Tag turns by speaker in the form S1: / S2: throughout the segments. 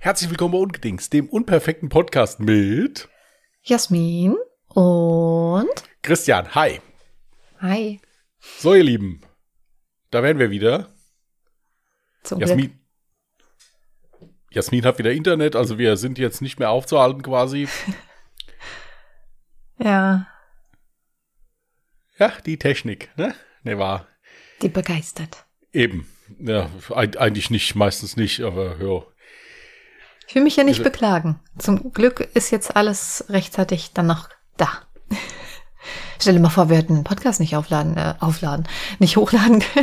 S1: Herzlich willkommen bei Ungedings, dem unperfekten Podcast mit
S2: Jasmin und
S1: Christian. Hi.
S2: Hi.
S1: So, ihr Lieben, da wären wir wieder.
S2: Zum Glück.
S1: Jasmin hat wieder Internet, also wir sind jetzt nicht mehr aufzuhalten quasi.
S2: Ja.
S1: Ja, die Technik, ne? Ne, war.
S2: Die begeistert.
S1: Eben. Ja, eigentlich nicht, meistens nicht, aber ja.
S2: Ich will mich ja nicht beklagen. Zum Glück ist jetzt alles rechtzeitig dann noch da. Stell dir mal vor, wir hätten einen Podcast nicht nicht hochladen können.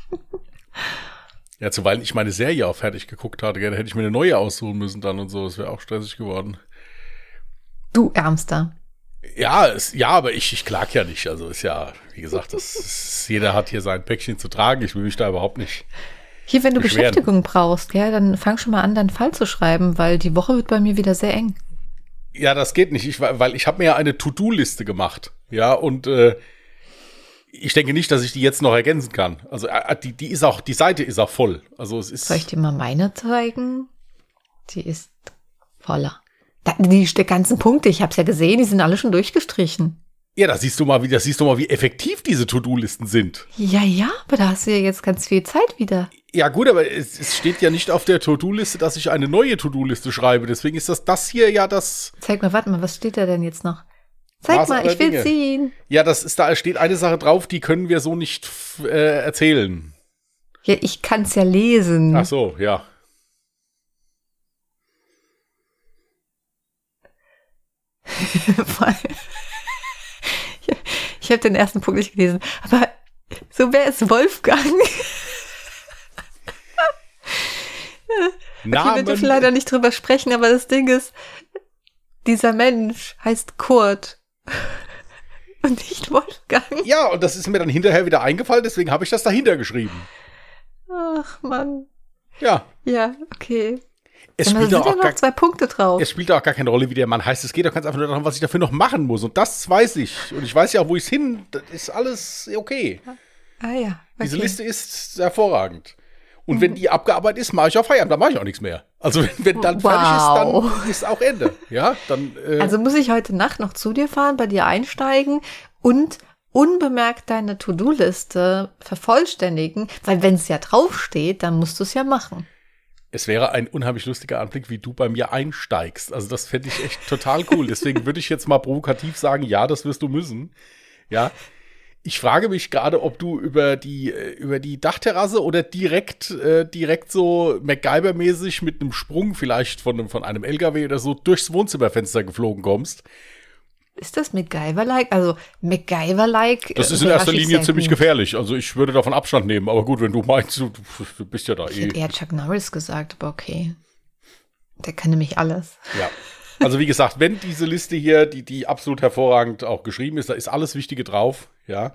S1: Ja, zuweilen ich meine Serie auch fertig geguckt hatte, hätte ich mir eine neue aussuchen müssen dann und so. Das wäre auch stressig geworden.
S2: Du Ärmster.
S1: Ja, aber ich klag ja nicht. Also ist ja, wie gesagt, jeder hat hier sein Päckchen zu tragen. Ich will mich da überhaupt nicht
S2: Hier, wenn du
S1: beschweren.
S2: Beschäftigung brauchst, ja, dann fang schon mal an, deinen Fall zu schreiben, weil die Woche wird bei mir wieder sehr eng.
S1: Ja, das geht nicht, weil ich habe mir ja eine To-Do-Liste gemacht. Ja, und ich denke nicht, dass ich die jetzt noch ergänzen kann. Also die Seite ist auch voll. Also es ist.
S2: Soll ich dir mal meine zeigen? Die ist voller. Die ganzen Punkte, ich habe es ja gesehen, die sind alle schon durchgestrichen.
S1: Ja, da siehst du mal, wie effektiv diese To-Do-Listen sind.
S2: Ja, aber da hast du ja jetzt ganz viel Zeit wieder.
S1: Ja gut, aber es steht ja nicht auf der To-Do-Liste, dass ich eine neue To-Do-Liste schreibe. Deswegen ist das hier ja das.
S2: Zeig mal, warte mal, was steht da denn jetzt noch? Zeig mal, ich will sehen.
S1: Ja, da steht eine Sache drauf, die können wir so nicht erzählen.
S2: Ja, ich kann es ja lesen.
S1: Ach so, ja.
S2: Ich habe den ersten Punkt nicht gelesen. Aber so, wer ist Wolfgang? Okay, wir dürfen leider nicht drüber sprechen, aber das Ding ist, dieser Mensch heißt Kurt und nicht Wolfgang.
S1: Ja, und das ist mir dann hinterher wieder eingefallen, deswegen habe ich das dahinter geschrieben.
S2: Ach, Mann.
S1: Ja.
S2: Ja, okay.
S1: Es
S2: sind ja noch 2 Punkte drauf.
S1: Es spielt auch gar keine Rolle, wie der Mann heißt. Es geht doch ganz einfach nur darum, was ich dafür noch machen muss. Und das weiß ich. Und ich weiß ja auch, wo ich es hin. Das ist alles okay.
S2: Ah ja. Okay.
S1: Diese Liste ist hervorragend. Und wenn die abgearbeitet ist, mache ich auch Feierabend. Dann mache ich auch nichts mehr. Also wenn dann fertig ist, dann ist auch Ende. Ja, dann.
S2: Also muss ich heute Nacht noch zu dir fahren, bei dir einsteigen und unbemerkt deine To-Do-Liste vervollständigen. Weil wenn es ja draufsteht, dann musst du es ja machen.
S1: Es wäre ein unheimlich lustiger Anblick, wie du bei mir einsteigst. Also das fände ich echt total cool. Deswegen würde ich jetzt mal provokativ sagen, ja, das wirst du müssen. Ja. Ich frage mich gerade, ob du über die Dachterrasse oder direkt so MacGyver-mäßig mit einem Sprung vielleicht von einem LKW oder so durchs Wohnzimmerfenster geflogen kommst.
S2: Ist das MacGyver-like? Also MacGyver-like.
S1: Das ist in erster Linie ziemlich gefährlich. Also ich würde davon Abstand nehmen. Aber gut, wenn du meinst, du bist ja da
S2: Ich hätte eher Chuck Norris gesagt, aber okay. Der kann nämlich alles.
S1: Ja. Also wie gesagt, wenn diese Liste hier, die absolut hervorragend auch geschrieben ist, da ist alles Wichtige drauf. Ja.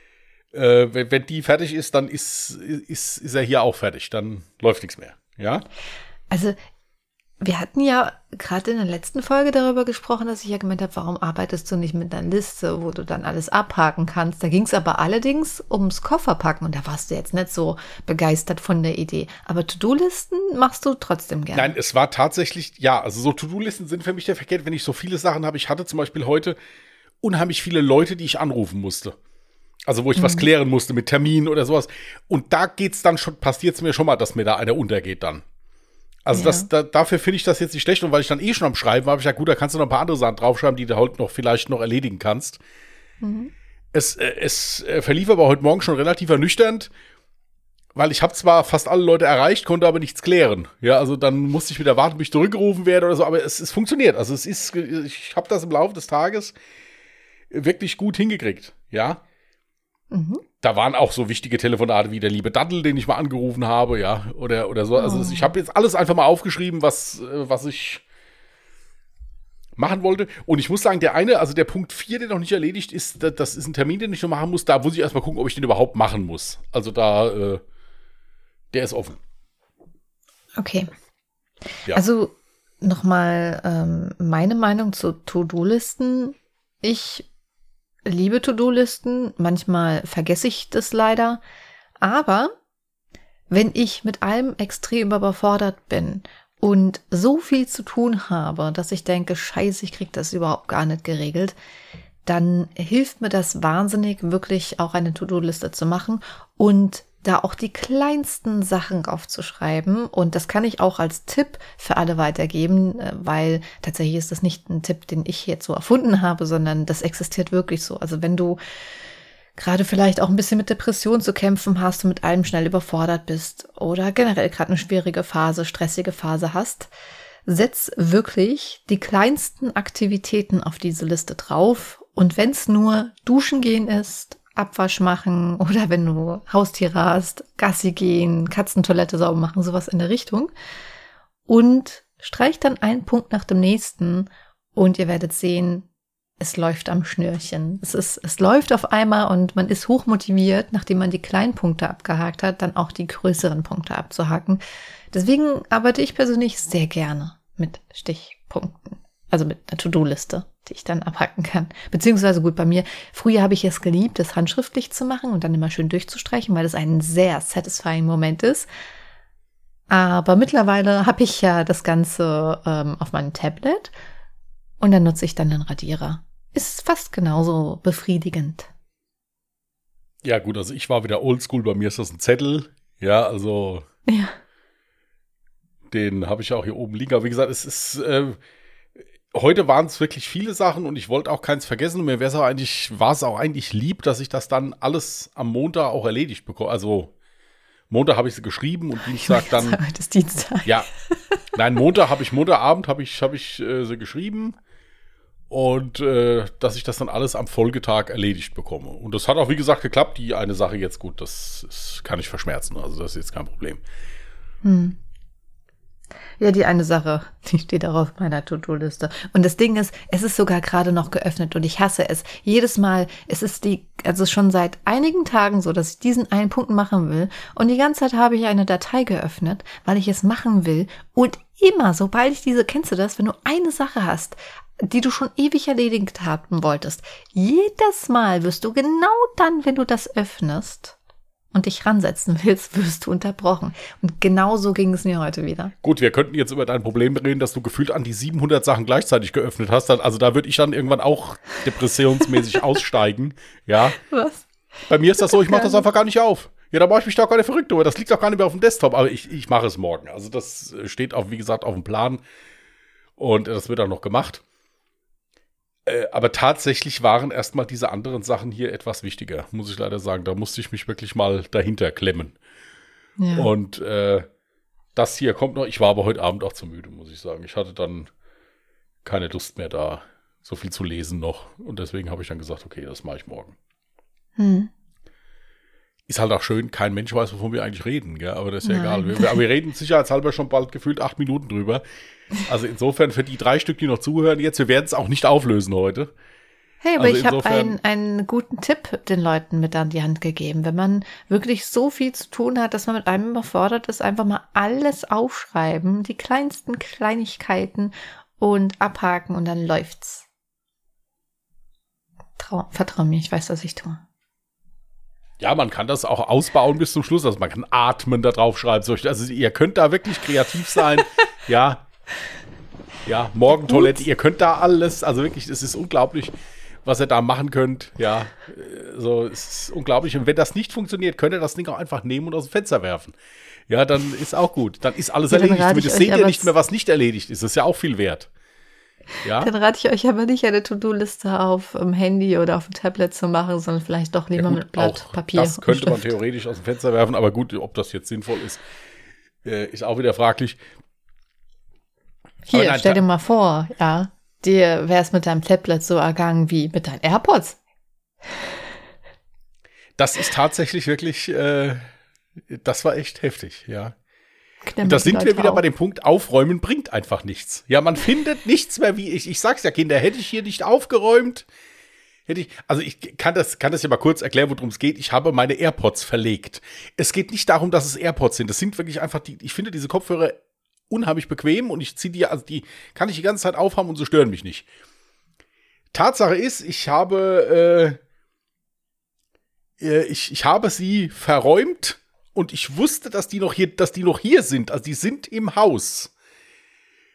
S1: Wenn die fertig ist, dann ist er hier auch fertig. Dann läuft nichts mehr. Ja.
S2: Also wir hatten ja gerade in der letzten Folge darüber gesprochen, dass ich ja gemeint habe, warum arbeitest du nicht mit einer Liste, wo du dann alles abhaken kannst. Da ging es aber allerdings ums Kofferpacken und da warst du jetzt nicht so begeistert von der Idee. Aber To-Do-Listen machst du trotzdem gerne.
S1: Nein, es war tatsächlich, ja, also so To-Do-Listen sind für mich der Verkehr, wenn ich so viele Sachen habe. Ich hatte zum Beispiel heute unheimlich viele Leute, die ich anrufen musste. Also wo ich was klären musste mit Termin oder sowas. Und da passiert es mir schon mal, dass mir da einer untergeht dann. Also dafür finde ich das jetzt nicht schlecht. Und weil ich dann schon am Schreiben war, habe ich gesagt, gut, da kannst du noch ein paar andere Sachen draufschreiben, die du heute vielleicht noch erledigen kannst. Mhm. Es verlief aber heute Morgen schon relativ ernüchternd, weil ich habe zwar fast alle Leute erreicht, konnte aber nichts klären. Ja, also dann musste ich wieder warten, bis ich zurückgerufen werde oder so. Aber es funktioniert. Also ich habe das im Laufe des Tages wirklich gut hingekriegt. Ja. Mhm. Da waren auch so wichtige Telefonate wie der liebe Daddel, den ich mal angerufen habe, ja, oder so. Also ich habe jetzt alles einfach mal aufgeschrieben, was ich machen wollte. Und ich muss sagen, der Punkt 4, der noch nicht erledigt ist, das ist ein Termin, den ich noch machen muss. Da muss ich erstmal gucken, ob ich den überhaupt machen muss. Also der ist offen.
S2: Okay.
S1: Ja.
S2: Also nochmal meine Meinung zu To-Do-Listen. Ich liebe To-Do-Listen. Manchmal vergesse ich das leider. Aber wenn ich mit allem extrem überfordert bin und so viel zu tun habe, dass ich denke, scheiße, ich kriege das überhaupt gar nicht geregelt, dann hilft mir das wahnsinnig, wirklich auch eine To-Do-Liste zu machen und da auch die kleinsten Sachen aufzuschreiben. Und das kann ich auch als Tipp für alle weitergeben, weil tatsächlich ist das nicht ein Tipp, den ich jetzt so erfunden habe, sondern das existiert wirklich so. Also wenn du gerade vielleicht auch ein bisschen mit Depression zu kämpfen hast und mit allem schnell überfordert bist oder generell gerade eine schwierige Phase, stressige Phase hast, setz wirklich die kleinsten Aktivitäten auf diese Liste drauf. Und wenn es nur Duschen gehen ist, Abwasch machen oder wenn du Haustiere hast, Gassi gehen, Katzentoilette sauber machen, sowas in der Richtung. Und streich dann einen Punkt nach dem nächsten und ihr werdet sehen, es läuft am Schnürchen. Es läuft auf einmal und man ist hochmotiviert, nachdem man die kleinen Punkte abgehakt hat, dann auch die größeren Punkte abzuhaken. Deswegen arbeite ich persönlich sehr gerne mit Stichpunkten. Also mit einer To-Do-Liste, die ich dann abhaken kann. Beziehungsweise gut, bei mir, früher habe ich es geliebt, das handschriftlich zu machen und dann immer schön durchzustreichen, weil das ein sehr satisfying Moment ist. Aber mittlerweile habe ich ja das Ganze auf meinem Tablet und dann nutze ich dann den Radierer. Ist fast genauso befriedigend.
S1: Ja gut, also ich war wieder oldschool, bei mir ist das ein Zettel. Ja, also
S2: Ja.
S1: Den habe ich auch hier oben liegen. Aber wie gesagt, es ist heute waren es wirklich viele Sachen und ich wollte auch keins vergessen. Und mir war es auch eigentlich lieb, dass ich das dann alles am Montag auch erledigt bekomme. Also Montag habe ich sie geschrieben und Dienstag dann.
S2: Heute ist Dienstag.
S1: Ja, nein, Montagabend habe ich sie geschrieben und dass ich das dann alles am Folgetag erledigt bekomme. Und das hat auch, wie gesagt, geklappt. Die eine Sache jetzt gut, das kann ich verschmerzen. Also das ist jetzt kein Problem.
S2: Ja, die eine Sache, die steht auch auf meiner To-Do-Liste. Und das Ding ist, es ist sogar gerade noch geöffnet und ich hasse es. Jedes Mal, also schon seit einigen Tagen so, dass ich diesen einen Punkt machen will. Und die ganze Zeit habe ich eine Datei geöffnet, weil ich es machen will. Und immer, sobald ich kennst du das, wenn du eine Sache hast, die du schon ewig erledigt haben wolltest, jedes Mal wirst du genau dann, wenn du das öffnest und dich ransetzen willst, wirst du unterbrochen. Und genau so ging es mir heute wieder.
S1: Gut, wir könnten jetzt über dein Problem reden, dass du gefühlt an die 700 Sachen gleichzeitig geöffnet hast. Also da würde ich dann irgendwann auch depressionsmäßig aussteigen. Ja.
S2: Was?
S1: Bei mir ist das so, ich mache das einfach gar nicht auf. Ja, da mache ich mich doch gar nicht verrückt, aber das liegt auch gar nicht mehr auf dem Desktop. Aber ich mache es morgen. Also das steht auch, wie gesagt, auf dem Plan. Und das wird auch noch gemacht. Aber tatsächlich waren erstmal diese anderen Sachen hier etwas wichtiger, muss ich leider sagen. Da musste ich mich wirklich mal dahinter klemmen. Ja. Und das hier kommt noch. Ich war aber heute Abend auch zu müde, muss ich sagen. Ich hatte dann keine Lust mehr da, so viel zu lesen noch. Und deswegen habe ich dann gesagt, okay, das mache ich morgen. Ist halt auch schön, kein Mensch weiß, wovon wir eigentlich reden, gell? Aber das ist ja egal. Aber wir reden sicherheitshalber schon bald gefühlt 8 Minuten drüber. Also insofern für die 3 Stück, die noch zuhören jetzt, wir werden es auch nicht auflösen heute.
S2: Hey, aber also ich habe einen guten Tipp den Leuten mit an die Hand gegeben. Wenn man wirklich so viel zu tun hat, dass man mit einem überfordert ist, einfach mal alles aufschreiben, die kleinsten Kleinigkeiten und abhaken und dann läuft's. Vertrau mir, ich weiß, was ich tue.
S1: Ja, man kann das auch ausbauen bis zum Schluss. Also man kann atmen da drauf schreiben. Also ihr könnt da wirklich kreativ sein. Ja, Morgentoilette. Ihr könnt da alles. Also wirklich, es ist unglaublich, was ihr da machen könnt. Ja, so, es ist unglaublich. Und wenn das nicht funktioniert, könnt ihr das Ding auch einfach nehmen und aus dem Fenster werfen. Ja, dann ist auch gut. Dann ist alles erledigt. Zumindest seht ihr nicht mehr, was nicht erledigt ist. Das ist ja auch viel wert. Ja? Dann
S2: rate ich euch aber nicht, eine To-Do-Liste auf dem Handy oder auf dem Tablet zu machen, sondern vielleicht doch lieber mit Blatt Papier.
S1: Das könnte man theoretisch aus dem Fenster werfen, aber gut, ob das jetzt sinnvoll ist, ist auch wieder fraglich.
S2: Hier, stell dir mal vor, ja, dir wäre es mit deinem Tablet so ergangen wie mit deinen AirPods.
S1: Das ist tatsächlich wirklich, das war echt heftig, ja. Und da sind wir wieder bei dem Punkt, aufräumen bringt einfach nichts. Ja, man findet nichts mehr, wie ich sag's ja, Kinder, hätte ich hier nicht aufgeräumt, ich kann das ja mal kurz erklären, worum es geht. Ich habe meine AirPods verlegt. Es geht nicht darum, dass es AirPods sind. Das sind wirklich einfach ich finde diese Kopfhörer unheimlich bequem und ich ziehe die kann ich die ganze Zeit aufhaben und sie stören mich nicht. Tatsache ist, ich habe sie verräumt und ich wusste, dass die noch hier sind. Also die sind im Haus.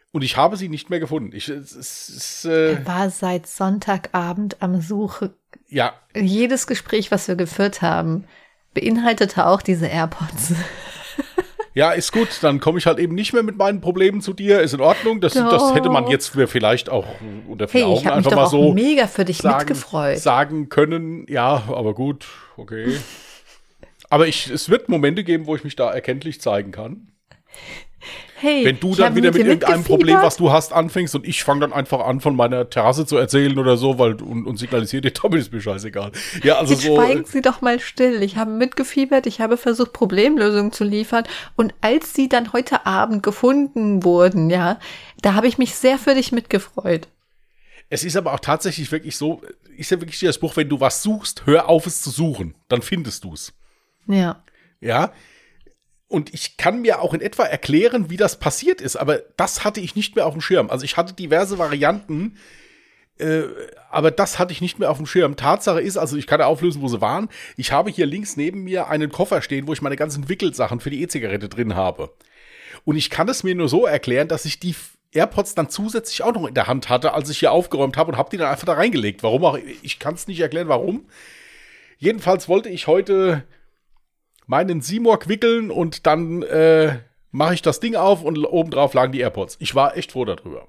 S1: Und ich habe sie nicht mehr gefunden.
S2: Er war seit Sonntagabend am Suche.
S1: Ja.
S2: Jedes Gespräch, was wir geführt haben, beinhaltete auch diese AirPods.
S1: Ja, ist gut. Dann komme ich halt eben nicht mehr mit meinen Problemen zu dir. Ist in Ordnung. Das hätte man jetzt vielleicht auch unter vier Augen einfach mal so
S2: mega für dich mitgefreut.
S1: Sagen können. Ja, aber gut, okay. Aber es wird Momente geben, wo ich mich da erkenntlich zeigen kann.
S2: Hey,
S1: wenn du dann wieder mit irgendeinem Problem, was du hast, anfängst und ich fange dann einfach an, von meiner Terrasse zu erzählen oder so, und signalisiert dir, damit ist mir scheißegal. Ja, also
S2: jetzt schweigen Sie doch mal still. Ich habe mitgefiebert, ich habe versucht, Problemlösungen zu liefern. Und als sie dann heute Abend gefunden wurden, ja, da habe ich mich sehr für dich mitgefreut.
S1: Es ist aber auch tatsächlich wirklich so, ist ja wirklich der Spruch, wenn du was suchst, hör auf es zu suchen, dann findest du es.
S2: Ja.
S1: Ja. Und ich kann mir auch in etwa erklären, wie das passiert ist, aber das hatte ich nicht mehr auf dem Schirm. Also ich hatte diverse Varianten, aber das hatte ich nicht mehr auf dem Schirm. Tatsache ist, also ich kann ja auflösen, wo sie waren. Ich habe hier links neben mir einen Koffer stehen, wo ich meine ganzen Wickelsachen für die E-Zigarette drin habe. Und ich kann es mir nur so erklären, dass ich die AirPods dann zusätzlich auch noch in der Hand hatte, als ich hier aufgeräumt habe und habe die dann einfach da reingelegt. Warum auch? Ich kann es nicht erklären, warum. Jedenfalls wollte ich heute meinen Simorg wickeln und dann mache ich das Ding auf und obendrauf lagen die AirPods. Ich war echt froh darüber.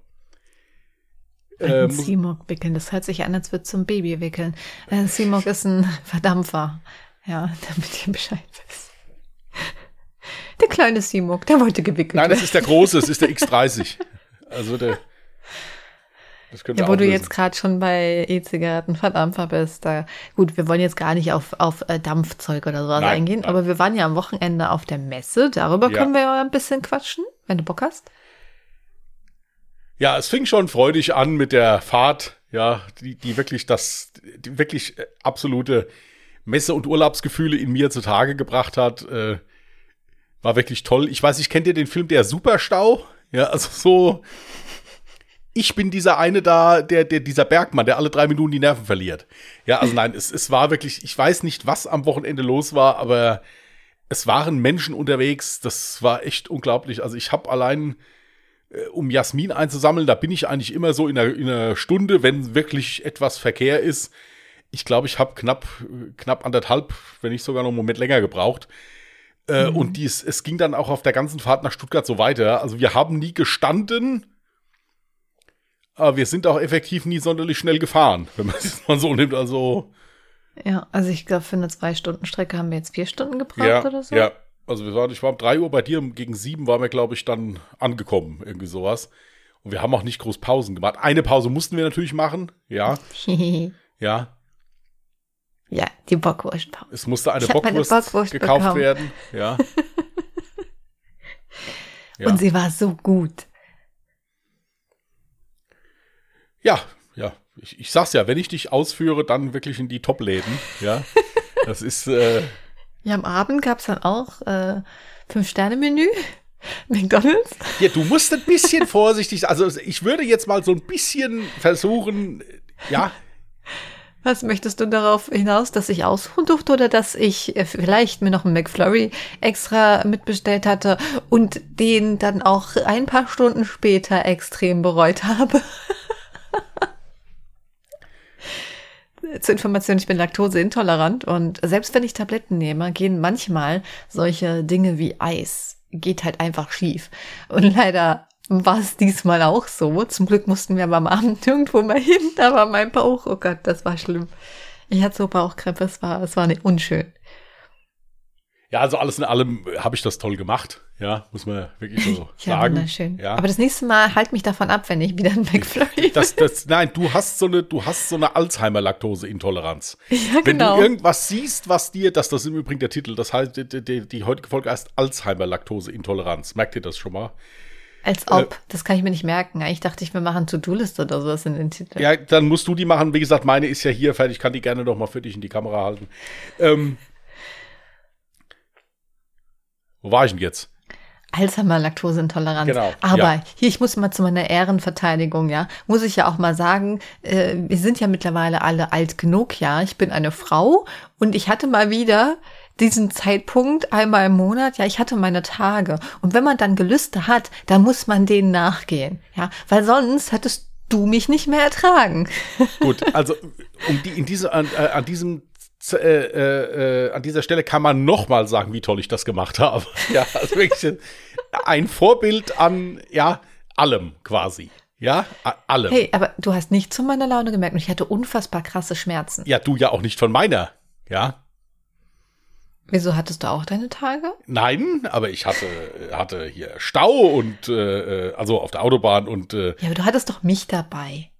S2: Simorg wickeln, das hört sich an, als würde zum Baby wickeln. Simorg ist ein Verdampfer. Ja, damit ihr Bescheid wisst. Der kleine Simorg, der wollte gewickelt werden.
S1: Nein, das ist der große, das ist der X30. Also das
S2: ja, wo du jetzt gerade schon bei E-Zigaretten Verdampfer bist. Gut, wir wollen jetzt gar nicht auf Dampfzeug oder sowas eingehen, aber wir waren ja am Wochenende auf der Messe. Darüber können wir ja ein bisschen quatschen, wenn du Bock hast.
S1: Ja, es fing schon freudig an mit der Fahrt, ja, die wirklich absolute Messe- und Urlaubsgefühle in mir zutage gebracht hat. War wirklich toll. Ich weiß, kennt ihr den Film Der Superstau? Ja, also so. Ich bin dieser eine da, dieser Bergmann, der alle 3 Minuten die Nerven verliert. Ja, also nein, es war wirklich, ich weiß nicht, was am Wochenende los war, aber es waren Menschen unterwegs, das war echt unglaublich. Also ich habe allein, um Jasmin einzusammeln, da bin ich eigentlich immer so in einer Stunde, wenn wirklich etwas Verkehr ist. Ich glaube, ich habe knapp 1,5, wenn nicht sogar noch einen Moment länger gebraucht. Und es ging dann auch auf der ganzen Fahrt nach Stuttgart so weiter. Also wir haben nie gestanden, aber wir sind auch effektiv nie sonderlich schnell gefahren, wenn man es mal so nimmt. Also
S2: ja, also ich glaube, für eine 2-Stunden-Strecke haben wir jetzt 4 Stunden gebraucht oder so.
S1: Ja, also ich war um 3 Uhr bei dir, gegen 7 waren wir, glaube ich, dann angekommen, irgendwie sowas. Und wir haben auch nicht groß Pausen gemacht. Eine Pause mussten wir natürlich machen, ja. Ja.
S2: Ja, die Bockwurstpause.
S1: Es musste eine Bockwurst gekauft werden, ja.
S2: Und sie war so gut.
S1: Ja. Ich sag's ja, wenn ich dich ausführe, dann wirklich in die Top-Läden, ja. Das ist,
S2: ja, am Abend gab's dann auch 5-Sterne-Menü. McDonald's.
S1: Ja, du musst ein bisschen vorsichtig, also ich würde jetzt mal so ein bisschen versuchen, ja.
S2: Was möchtest du darauf hinaus, dass ich ausruhen durfte oder dass ich vielleicht mir noch einen McFlurry extra mitbestellt hatte und den dann auch ein paar Stunden später extrem bereut habe? Zur Information, ich bin laktoseintolerant und selbst wenn ich Tabletten nehme, gehen manchmal solche Dinge wie Eis, geht halt einfach schief. Und leider war es diesmal auch so. Zum Glück mussten wir aber am Abend irgendwo mal hin. Da war mein Bauch, oh Gott, das war schlimm. Ich hatte so Bauchkrämpfe, es war nicht unschön.
S1: Ja, also alles in allem habe ich das toll gemacht. Ja, muss man wirklich so sagen.
S2: Wunderschön.
S1: Ja.
S2: Aber das nächste Mal halt mich davon ab, wenn ich wieder ein McFlurry
S1: nein, du hast so eine Alzheimer-Laktose-Intoleranz.
S2: Ja,
S1: wenn
S2: genau.
S1: du irgendwas siehst, das ist im Übrigen der Titel, das heißt, die heutige Folge heißt Alzheimer-Laktose-Intoleranz. Merkt ihr das schon mal?
S2: Als ob, das kann ich mir nicht merken. Eigentlich dachte ich, wir machen To-Do-Liste oder sowas in den Titel.
S1: Ja, dann musst du die machen. Wie gesagt, meine ist ja hier fertig. Ich kann die gerne noch mal für dich in die Kamera halten. Wo war ich denn jetzt?
S2: Alzheimer, Laktoseintoleranz.
S1: Genau,
S2: Aber hier, ich muss mal zu meiner Ehrenverteidigung, ja, muss ich ja auch mal sagen, wir sind ja mittlerweile alle alt genug, ja. Ich bin eine Frau und ich hatte mal wieder diesen Zeitpunkt einmal im Monat, ja, ich hatte meine Tage. Und wenn man dann Gelüste hat, dann muss man denen nachgehen. Ja, weil sonst hättest du mich nicht mehr ertragen.
S1: Gut, also an dieser Stelle kann man noch mal sagen, wie toll ich das gemacht habe. Ja, also wirklich ein Vorbild an, ja, allem quasi. Ja, allem.
S2: Hey, aber du hast nicht zu meiner Laune gemerkt und ich hatte unfassbar krasse Schmerzen.
S1: Ja, du ja auch nicht von meiner, ja.
S2: Wieso hattest du auch deine Tage?
S1: Nein, aber ich hatte hier Stau und also auf der Autobahn und
S2: ja, aber du hattest doch mich dabei.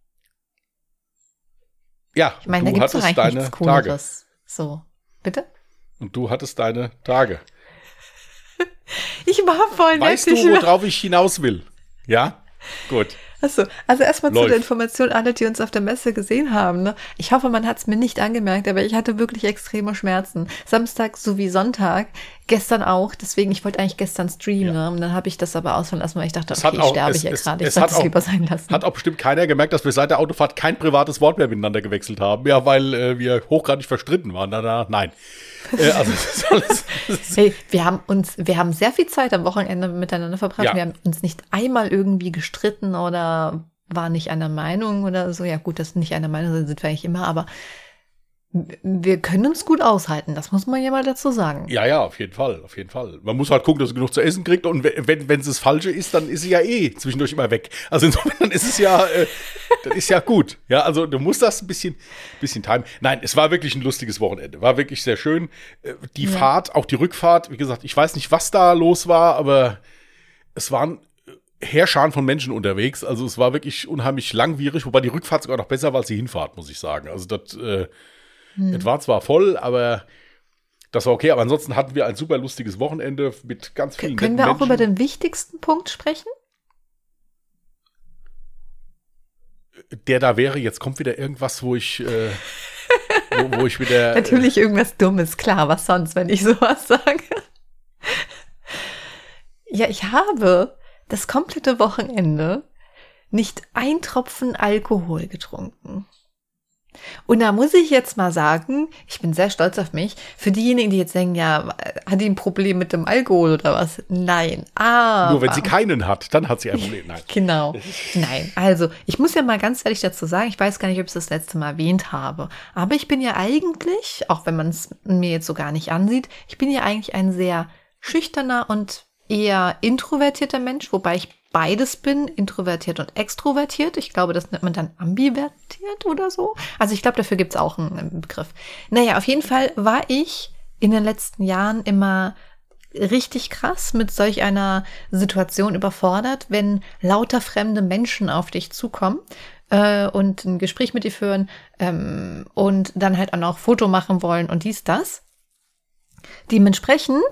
S1: Ja,
S2: ich meine, da gibt's doch eigentlich nichts Cooleres.
S1: Tage.
S2: So, bitte?
S1: Und du hattest deine Tage.
S2: Ich war voll nett.
S1: Weißt du, worauf ich hinaus will? Ja? Gut.
S2: Achso, also erstmal zu der Information, alle, die uns auf der Messe gesehen haben. Ne? Ich hoffe, man hat es mir nicht angemerkt, aber ich hatte wirklich extreme Schmerzen. Samstag sowie Sonntag, gestern auch. Deswegen, ich wollte eigentlich gestern streamen. Ja. Ne? Und dann habe ich das aber ausfallen lassen, weil ich dachte, okay, ich sterbe hier gerade. Ich sollte es lieber sein lassen.
S1: Hat auch bestimmt keiner gemerkt, dass wir seit der Autofahrt kein privates Wort mehr miteinander gewechselt haben. Ja, weil wir hochgradig verstritten waren. Nein. Also das ist alles.
S2: Hey, wir haben sehr viel Zeit am Wochenende miteinander verbracht. Ja. Wir haben uns nicht einmal irgendwie gestritten oder waren nicht einer Meinung oder so. Ja gut, das nicht einer Meinung sind wir eigentlich immer, aber wir können uns gut aushalten. Das muss man ja mal dazu sagen.
S1: Ja, auf jeden Fall. Man muss halt gucken, dass sie genug zu essen kriegt und wenn es das Falsche ist, dann ist sie ja zwischendurch immer weg. Also insofern dann ist es ja, dann ist ja gut. Ja, also du musst das ein bisschen timen. Nein, es war wirklich ein lustiges Wochenende. War wirklich sehr schön. Die Fahrt, auch die Rückfahrt, wie gesagt, ich weiß nicht, was da los war, aber es waren Heerscharen von Menschen unterwegs. Also es war wirklich unheimlich langwierig, wobei die Rückfahrt sogar noch besser war als die Hinfahrt, muss ich sagen. Also das es war zwar voll, aber das war okay. Aber ansonsten hatten wir ein super lustiges Wochenende mit ganz vielen
S2: Können wir auch über den wichtigsten Punkt sprechen?
S1: Der da wäre, jetzt kommt wieder irgendwas, wo ich wo ich wieder
S2: Natürlich irgendwas Dummes, klar, was sonst, wenn ich sowas sage. Ja, ich habe das komplette Wochenende nicht ein Tropfen Alkohol getrunken. Und da muss ich jetzt mal sagen, ich bin sehr stolz auf mich, für diejenigen, die jetzt denken, ja, hat die ein Problem mit dem Alkohol oder was? Nein, aber
S1: nur wenn sie keinen hat, dann hat sie ein Problem. Nein.
S2: Genau, nein. Also, ich muss ja mal ganz ehrlich dazu sagen, ich weiß gar nicht, ob ich es das letzte Mal erwähnt habe, aber ich bin ja eigentlich, auch wenn man es mir jetzt so gar nicht ansieht, ich bin ja eigentlich ein sehr schüchterner und eher introvertierter Mensch, wobei ich beides bin, introvertiert und extrovertiert. Ich glaube, das nennt man dann ambivertiert oder so. Also ich glaube, dafür gibt es auch einen Begriff. Naja, auf jeden Fall war ich in den letzten Jahren immer richtig krass mit solch einer Situation überfordert, wenn lauter fremde Menschen auf dich zukommen und ein Gespräch mit dir führen und dann halt auch noch Foto machen wollen und dies, das. Dementsprechend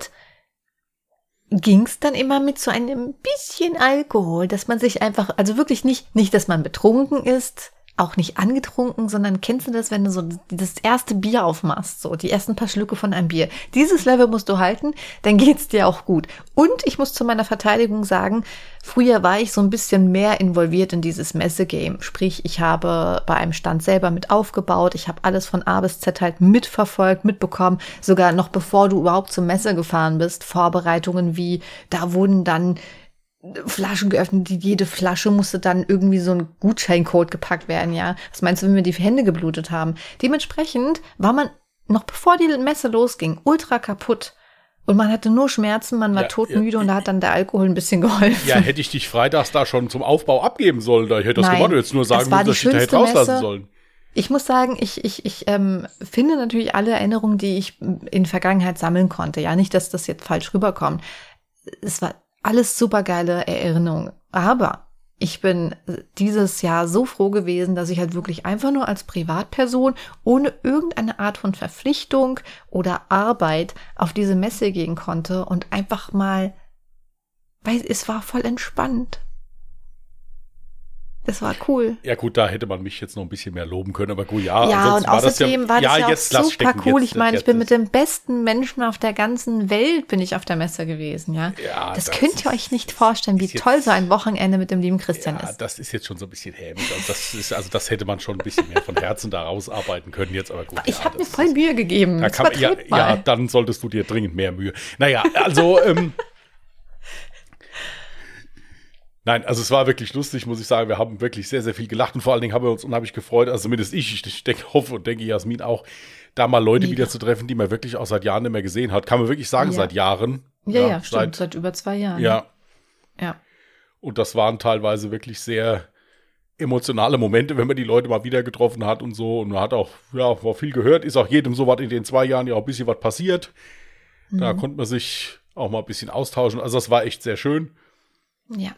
S2: ging es dann immer mit so einem bisschen Alkohol, dass man sich einfach, also wirklich nicht, dass man betrunken ist, auch nicht angetrunken, sondern kennst du das, wenn du so das erste Bier aufmachst, so die ersten paar Schlücke von einem Bier. Dieses Level musst du halten, dann geht's dir auch gut. Und ich muss zu meiner Verteidigung sagen, früher war ich so ein bisschen mehr involviert in dieses Messegame. Sprich, ich habe bei einem Stand selber mit aufgebaut, ich habe alles von A bis Z halt mitverfolgt, mitbekommen, sogar noch bevor du überhaupt zur Messe gefahren bist, Vorbereitungen wie, da wurden dann Flaschen geöffnet, jede Flasche musste dann irgendwie so ein Gutscheincode gepackt werden, ja. Was meinst du, wenn wir die Hände geblutet haben? Dementsprechend war man, noch bevor die Messe losging, ultra kaputt. Und man hatte nur Schmerzen, man war todmüde und da hat dann der Alkohol ein bisschen geholfen.
S1: Ja, hätte ich dich freitags da schon zum Aufbau abgeben sollen, da ich hätte das gewonnen, jetzt nur sagen müssen, dass ich da hätte rauslassen sollen.
S2: Ich muss sagen, ich finde natürlich alle Erinnerungen, die ich in Vergangenheit sammeln konnte. Ja, nicht, dass das jetzt falsch rüberkommt. Es war alles supergeile Erinnerungen. Aber ich bin dieses Jahr so froh gewesen, dass ich halt wirklich einfach nur als Privatperson ohne irgendeine Art von Verpflichtung oder Arbeit auf diese Messe gehen konnte und einfach mal, weil es war voll entspannt. Es war cool.
S1: Ja gut, da hätte man mich jetzt noch ein bisschen mehr loben können, aber gut, ja.
S2: Ja, und außerdem war das ja
S1: jetzt
S2: auch
S1: lass
S2: super
S1: stecken,
S2: cool.
S1: jetzt,
S2: Ich meine, ich
S1: jetzt
S2: bin
S1: ist-
S2: mit den besten Menschen auf der ganzen Welt bin ich auf der Messe gewesen, ja.
S1: Ja,
S2: das
S1: das
S2: könnt ihr
S1: ist-
S2: euch nicht vorstellen, wie
S1: ist jetzt-
S2: toll so ein Wochenende mit dem lieben Christian
S1: Ja,
S2: ist.
S1: das ist jetzt schon so ein bisschen hämisch. Also das hätte man schon ein bisschen mehr von Herzen da rausarbeiten können jetzt, aber gut.
S2: Ich habe mir voll Mühe gegeben.
S1: Da
S2: Jetzt
S1: kann, ja,
S2: übertreib mal.
S1: ja, dann solltest du dir dringend mehr Mühe. Naja, also nein, also es war wirklich lustig, muss ich sagen. Wir haben wirklich sehr, sehr viel gelacht und vor allen Dingen haben wir uns unheimlich gefreut, also zumindest ich denke, hoffe und denke Jasmin auch, da mal Leute
S2: Mega.
S1: wieder zu treffen, die man wirklich auch seit Jahren nicht mehr gesehen hat. Kann man wirklich sagen,
S2: Ja.
S1: seit Jahren.
S2: Ja, stimmt. Seit über 2 Jahren.
S1: Ja,
S2: Ja.
S1: und das waren teilweise wirklich sehr emotionale Momente, wenn man die Leute mal wieder getroffen hat und so. Und man hat auch, ja, war viel gehört. Ist auch jedem so was in den 2 Jahren ja auch ein bisschen was passiert. Da konnte man sich auch mal ein bisschen austauschen. Also das war echt sehr schön.
S2: Ja.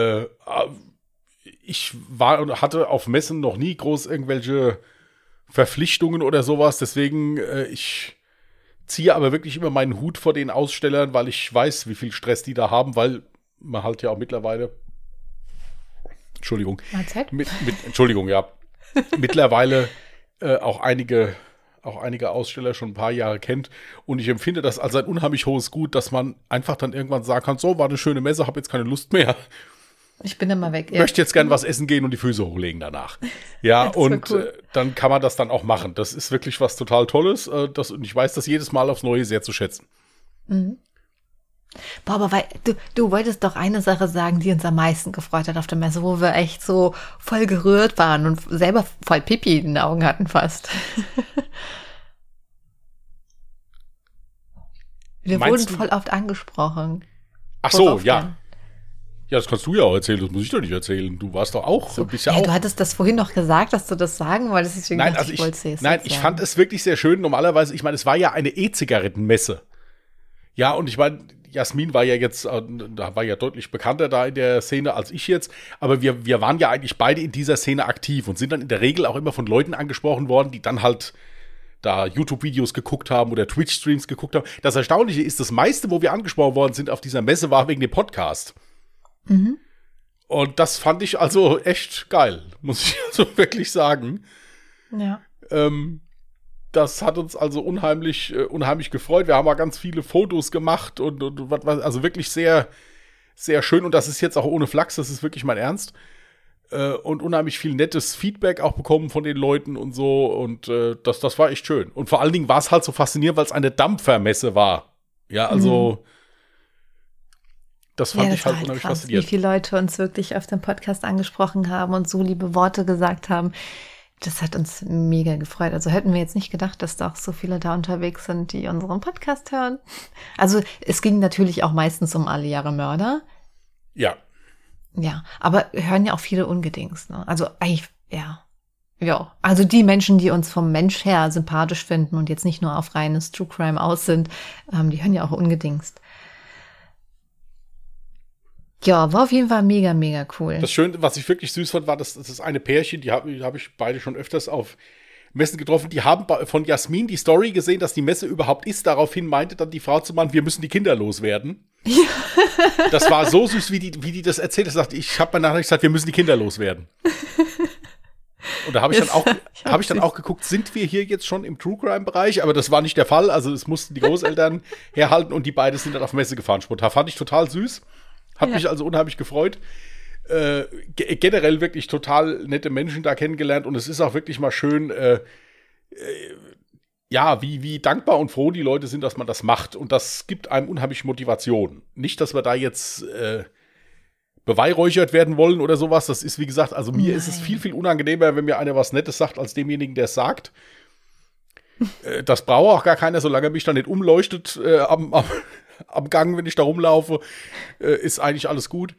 S1: Ich hatte auf Messen noch nie groß irgendwelche Verpflichtungen oder sowas. Deswegen, ich ziehe aber wirklich immer meinen Hut vor den Ausstellern, weil ich weiß, wie viel Stress die da haben, weil man halt ja auch mittlerweile Entschuldigung.
S2: Mahlzeit.
S1: Entschuldigung, ja. Mittlerweile auch einige Aussteller schon ein paar Jahre kennt. Und ich empfinde das als ein unheimlich hohes Gut, dass man einfach dann irgendwann sagen kann, so, war eine schöne Messe, habe jetzt keine Lust mehr.
S2: Ich bin immer weg.
S1: Möchte jetzt gern was essen gehen und die Füße hochlegen danach. Ja,
S2: Das war
S1: und
S2: cool.
S1: dann kann man das dann auch machen. Das ist wirklich was total Tolles. Und ich weiß das jedes Mal aufs Neue sehr zu schätzen.
S2: Boah, aber weil du wolltest doch eine Sache sagen, die uns am meisten gefreut hat auf der Messe, wo wir echt so voll gerührt waren und selber voll Pipi in den Augen hatten fast. Wir
S1: Meinst
S2: wurden
S1: du-
S2: voll oft angesprochen.
S1: Ach so,
S2: Worauf
S1: ja.
S2: denn?
S1: Ja, das kannst du ja auch erzählen. Das muss ich doch nicht erzählen. Du warst doch auch. Bist ja
S2: Ja,
S1: auch.
S2: du hattest das vorhin noch gesagt, dass du das sagen wolltest, deswegen
S1: Nein,
S2: dachte
S1: also
S2: ich wollte es jetzt
S1: nein,
S2: jetzt
S1: ich
S2: sagen.
S1: fand es wirklich sehr schön. Normalerweise, ich meine, es war ja eine E-Zigarettenmesse. Ja, und ich meine, Jasmin war ja jetzt, da war ja deutlich bekannter da in der Szene als ich jetzt. Aber wir waren ja eigentlich beide in dieser Szene aktiv und sind dann in der Regel auch immer von Leuten angesprochen worden, die dann halt da YouTube-Videos geguckt haben oder Twitch-Streams geguckt haben. Das Erstaunliche ist, das meiste, wo wir angesprochen worden sind auf dieser Messe, war wegen dem Podcast. Und das fand ich also echt geil, muss ich also wirklich sagen.
S2: Ja.
S1: Das hat uns also unheimlich gefreut. Wir haben mal ganz viele Fotos gemacht und also wirklich sehr, sehr schön. Und das ist jetzt auch ohne Flachs, das ist wirklich mein Ernst. Und unheimlich viel nettes Feedback auch bekommen von den Leuten und so. Und das war echt schön. Und vor allen Dingen war es halt so faszinierend, weil es eine Dampfermesse war. Ja, also das fand
S2: Ja,
S1: ich
S2: das
S1: halt
S2: war
S1: unheimlich
S2: krass, wie
S1: faszinierend.
S2: viele Leute uns wirklich auf dem Podcast angesprochen haben und so liebe Worte gesagt haben. Das hat uns mega gefreut. Also hätten wir jetzt nicht gedacht, dass da auch so viele da unterwegs sind, die unseren Podcast hören. Also es ging natürlich auch meistens um alle Jahre Mörder.
S1: Ja.
S2: Ja, aber hören ja auch viele ungedingst. Ne? Also eigentlich, ja. Ja, also die Menschen, die uns vom Mensch her sympathisch finden und jetzt nicht nur auf reines True Crime aus sind, die hören ja auch ungedingst. Ja, war auf jeden Fall mega, mega cool.
S1: Das Schöne, was ich wirklich süß fand, war, dass das eine Pärchen, die hab ich beide schon öfters auf Messen getroffen, die haben von Jasmin die Story gesehen, dass die Messe überhaupt ist. Daraufhin meinte dann die Frau zu Mann, wir müssen die Kinder loswerden. Ja. Das war so süß, wie die das erzählt hat. Sagte, ich habe mir nachher gesagt, wir müssen die Kinder loswerden. Und da habe ich, dann auch geguckt, sind wir hier jetzt schon im True Crime Bereich? Aber das war nicht der Fall. Also es mussten die Großeltern herhalten und die beiden sind dann auf Messe gefahren. Spontan fand ich total süß. Hat mich also unheimlich gefreut. Generell wirklich total nette Menschen da kennengelernt und es ist auch wirklich mal schön, ja, wie dankbar und froh die Leute sind, dass man das macht und das gibt einem unheimlich Motivation. Nicht, dass wir da jetzt beweihräuchert werden wollen oder sowas, das ist wie gesagt, also mir ist es viel, viel unangenehmer, wenn mir einer was Nettes sagt, als demjenigen, der es sagt. Das braucht auch gar keiner, solange mich da nicht umleuchtet am Gang, wenn ich da rumlaufe, ist eigentlich alles gut.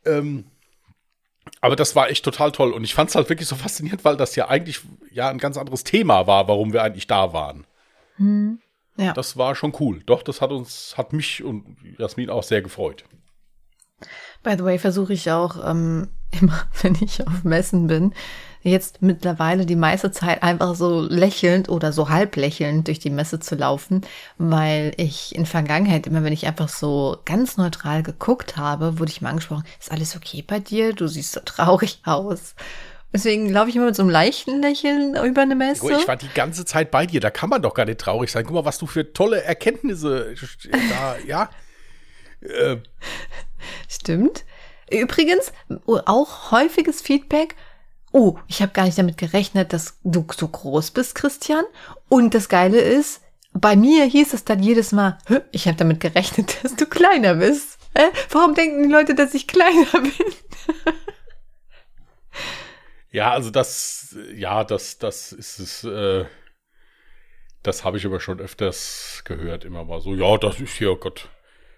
S1: Aber das war echt total toll. Und ich fand es halt wirklich so faszinierend, weil das ja eigentlich ein ganz anderes Thema war, warum wir eigentlich da waren.
S2: Ja.
S1: Das war schon cool. Doch, das hat mich und Jasmin auch sehr gefreut.
S2: By the way, versuche ich auch immer, wenn ich auf Messen bin, jetzt mittlerweile die meiste Zeit einfach so lächelnd oder so halb lächelnd durch die Messe zu laufen, weil ich in Vergangenheit immer, wenn ich einfach so ganz neutral geguckt habe, wurde ich mal angesprochen, ist alles okay bei dir? Du siehst so traurig aus. Deswegen laufe ich immer mit so einem leichten Lächeln über eine Messe.
S1: Ich war die ganze Zeit bei dir, da kann man doch gar nicht traurig sein. Guck mal, was du für tolle Erkenntnisse da, ja.
S2: Stimmt. Übrigens, auch häufiges Feedback. Oh, ich habe gar nicht damit gerechnet, dass du so groß bist, Christian. Und das Geile ist, bei mir hieß es dann jedes Mal, ich habe damit gerechnet, dass du kleiner bist. Warum denken die Leute, dass ich kleiner bin?
S1: Ja, also das ist es, das habe ich aber schon öfters gehört, immer mal so, ja, das ist hier, oh Gott.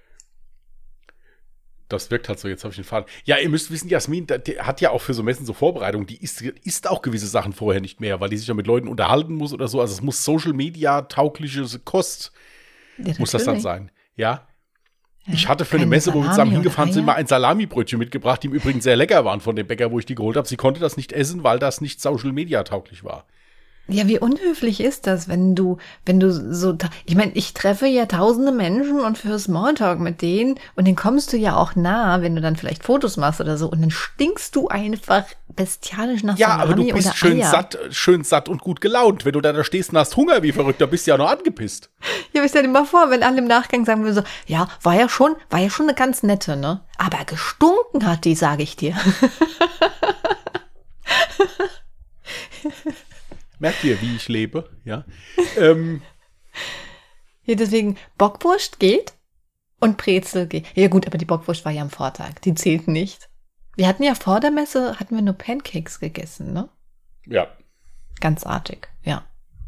S1: Das wirkt halt so, jetzt habe ich den Faden. Ja, ihr müsst wissen, Jasmin, die hat ja auch für so Messen so Vorbereitung, die isst auch gewisse Sachen vorher nicht mehr, weil die sich ja mit Leuten unterhalten muss oder so. Also es muss Social-Media-taugliche Kost, ja, muss das dann sein. Ja. Ich hatte für eine Messe, wo wir zusammen hingefahren sind, mal ein Salamibrötchen mitgebracht, die im Übrigen sehr lecker waren von dem Bäcker, wo ich die geholt habe. Sie konnte das nicht essen, weil das nicht Social-Media-tauglich war.
S2: Ja, wie unhöflich ist das, wenn du so, ich meine, ich treffe ja tausende Menschen und für Smalltalk mit denen und denen kommst du ja auch nah, wenn du dann vielleicht Fotos machst oder so und dann stinkst du einfach bestialisch nach Salami oder Eier. Ja, aber du
S1: bist schön satt und gut gelaunt. Wenn du da stehst und hast Hunger wie verrückt, da bist du ja noch angepisst.
S2: Ja, aber stell dir mal vor, wenn alle im Nachgang sagen wir so, ja, war ja schon eine ganz nette, ne? Aber gestunken hat die, sage ich dir.
S1: Merkt ihr, wie ich lebe? Ja.
S2: Ja, deswegen Bockwurst geht und Brezel geht. Ja gut, aber die Bockwurst war ja am Vortag. Die zählt nicht. Wir hatten ja vor der Messe, nur Pancakes gegessen, ne?
S1: Ja.
S2: Ganz artig, ja.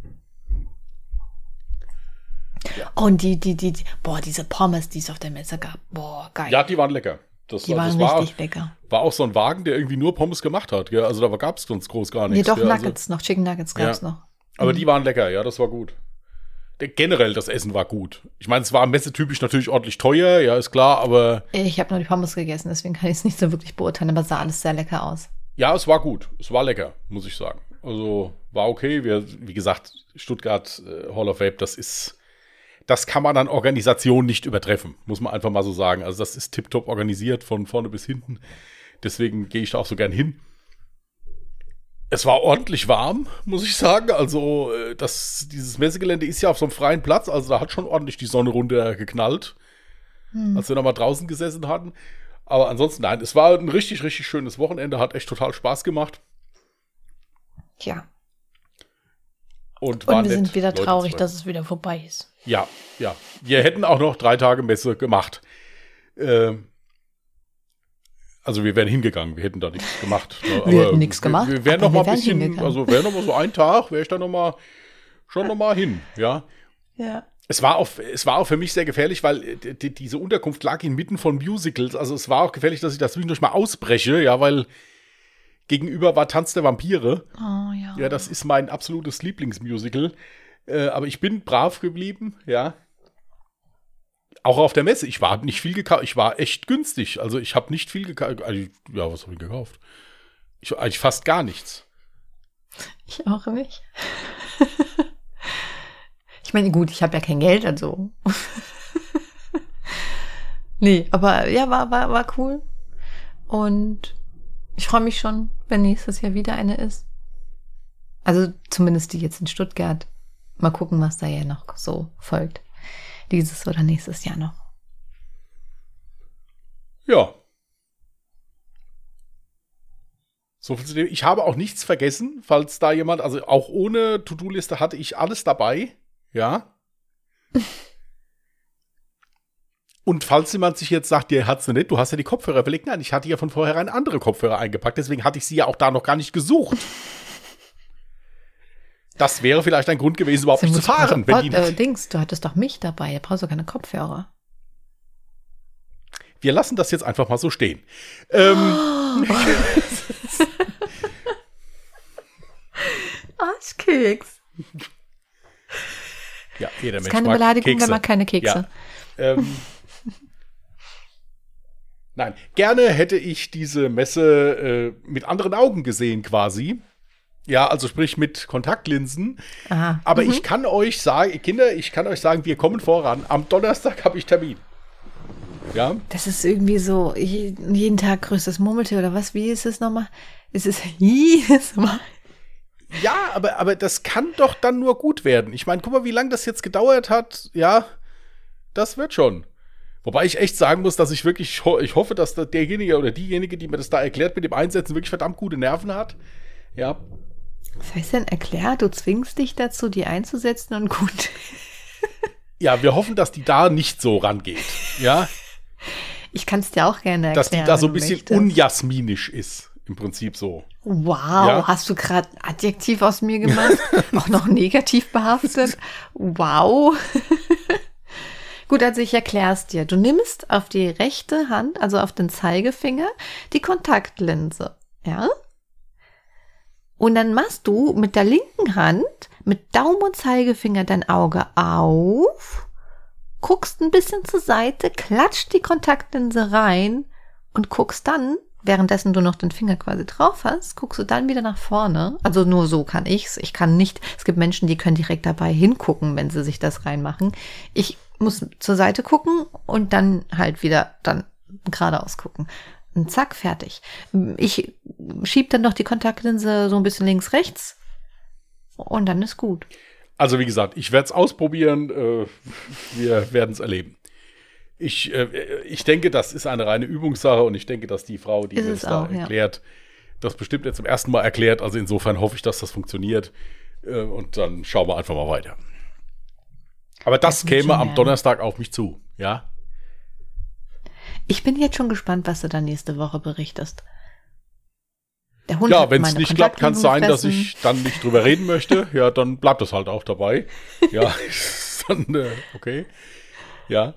S2: Und diese Pommes, die es auf der Messe gab. Boah, geil.
S1: Ja, die waren lecker.
S2: Die waren richtig lecker.
S1: War auch so ein Wagen, der irgendwie nur Pommes gemacht hat. Gell? Also da gab es sonst groß gar nichts.
S2: Nee, doch, Nuggets noch, Chicken Nuggets gab es noch.
S1: Aber die waren lecker, ja, das war gut. Generell, das Essen war gut. Ich meine, es war messetypisch natürlich ordentlich teuer, ja, ist klar, aber...
S2: Ich habe nur die Pommes gegessen, deswegen kann ich es nicht so wirklich beurteilen, aber es sah alles sehr lecker aus.
S1: Ja, es war gut. Es war lecker, muss ich sagen. Also, war okay. Wie gesagt, Stuttgart Hall of Vape, das kann man an Organisation nicht übertreffen, muss man einfach mal so sagen. Also das ist tipptopp organisiert von vorne bis hinten. Deswegen gehe ich da auch so gern hin. Es war ordentlich warm, muss ich sagen. Also dieses Messegelände ist ja auf so einem freien Platz. Also da hat schon ordentlich die Sonne runtergeknallt, als wir noch mal draußen gesessen hatten. Aber ansonsten, nein, es war ein richtig, richtig schönes Wochenende. Hat echt total Spaß gemacht.
S2: Ja.
S1: Und
S2: wir sind wieder traurig, dass es wieder vorbei ist.
S1: Ja. Wir hätten auch noch 3 Tage Messe gemacht. Also wir wären hingegangen, wir hätten da nichts gemacht.
S2: Wir hätten nichts gemacht.
S1: Wir wären noch mal ein bisschen, also wäre noch mal so ein Tag, wäre ich da schon noch mal hin, ja.
S2: Ja.
S1: Es war auch für mich sehr gefährlich, weil diese Unterkunft lag inmitten von Musicals. Also es war auch gefährlich, dass ich das zwischendurch mal ausbreche, ja, weil gegenüber war Tanz der Vampire.
S2: Oh ja.
S1: Ja, das ist mein absolutes Lieblingsmusical. Aber ich bin brav geblieben, ja. Auch auf der Messe. Ich war nicht viel gekauft. Ich war echt günstig. Also ich habe nicht viel gekauft. Ja, was habe ich gekauft? Eigentlich fast gar nichts.
S2: Ich auch nicht. Ich meine, gut, ich habe ja kein Geld, also. Nee, aber ja, war cool. Und ich freue mich schon, wenn nächstes Jahr wieder eine ist. Also zumindest die jetzt in Stuttgart. Mal gucken, was da ja noch so folgt. Dieses oder nächstes Jahr noch.
S1: Ja. So viel zu dem. Ich habe auch nichts vergessen, falls da jemand, also auch ohne To-Do-Liste hatte ich alles dabei. Ja. Und falls jemand sich jetzt sagt, dir hat's nicht, du hast ja die Kopfhörer verlegt. Nein, ich hatte ja von vornherein andere Kopfhörer eingepackt, deswegen hatte ich sie ja auch da noch gar nicht gesucht. Das wäre vielleicht ein Grund gewesen, überhaupt nicht zu fahren.
S2: Du hattest doch mich dabei, du brauchst doch keine Kopfhörer.
S1: Wir lassen das jetzt einfach mal so stehen.
S2: Arschkeks.
S1: Ja, jeder Mensch
S2: keine
S1: mag
S2: Beleidigung,
S1: Kekse.
S2: wenn man keine Kekse.
S1: Ja. Nein, gerne hätte ich diese Messe mit anderen Augen gesehen quasi. Ja, also sprich mit Kontaktlinsen.
S2: Aha.
S1: Aber ich kann euch sagen, Kinder, wir kommen voran. Am Donnerstag habe ich Termin. Ja.
S2: Das ist irgendwie so, jeden Tag grüßt das Murmeltier oder was? Wie ist es nochmal? Ist es jedes Mal?
S1: Ja, aber das kann doch dann nur gut werden. Ich meine, guck mal, wie lange das jetzt gedauert hat. Ja, das wird schon. Wobei ich echt sagen muss, dass ich wirklich, ich hoffe, dass derjenige oder diejenige, die mir das da erklärt mit dem Einsetzen, wirklich verdammt gute Nerven hat. Ja.
S2: Was heißt denn erklärt? Du zwingst dich dazu, die einzusetzen und gut.
S1: Ja, wir hoffen, dass die da nicht so rangeht. Ja.
S2: Ich kann es dir auch gerne erklären.
S1: Dass die da so ein bisschen unjasminisch ist. Im Prinzip so.
S2: Wow,
S1: ja?
S2: Hast du gerade Adjektiv aus mir gemacht? Auch noch negativ behaftet? Wow. Gut, also ich erkläre es dir. Du nimmst auf die rechte Hand, also auf den Zeigefinger, die Kontaktlinse. Ja? Und dann machst du mit der linken Hand, mit Daumen und Zeigefinger dein Auge auf, guckst ein bisschen zur Seite, klatscht die Kontaktlinse rein und guckst dann, währenddessen du noch den Finger quasi drauf hast, guckst du dann wieder nach vorne. Also nur so kann ich's. Ich kann nicht, es gibt Menschen, die können direkt dabei hingucken, wenn sie sich das reinmachen. Ich muss zur Seite gucken und dann halt wieder dann geradeaus gucken. Und zack, fertig. Ich schieb dann noch die Kontaktlinse so ein bisschen links, rechts und dann ist gut.
S1: Also wie gesagt, ich werde es ausprobieren. Wir werden es erleben. Ich denke, das ist eine reine Übungssache und ich denke, dass die Frau, die mir das da erklärt, das bestimmt jetzt zum ersten Mal erklärt. Also insofern hoffe ich, dass das funktioniert. Und dann schauen wir einfach mal weiter. Aber das käme am Donnerstag auf mich zu, ja?
S2: Ich bin jetzt schon gespannt, was du dann nächste Woche berichtest. Der Hund
S1: ja, wenn es nicht klappt, kann es sein, dass ich dann nicht drüber reden möchte. Ja, dann bleibt das halt auch dabei. Ja, dann, okay. Ja.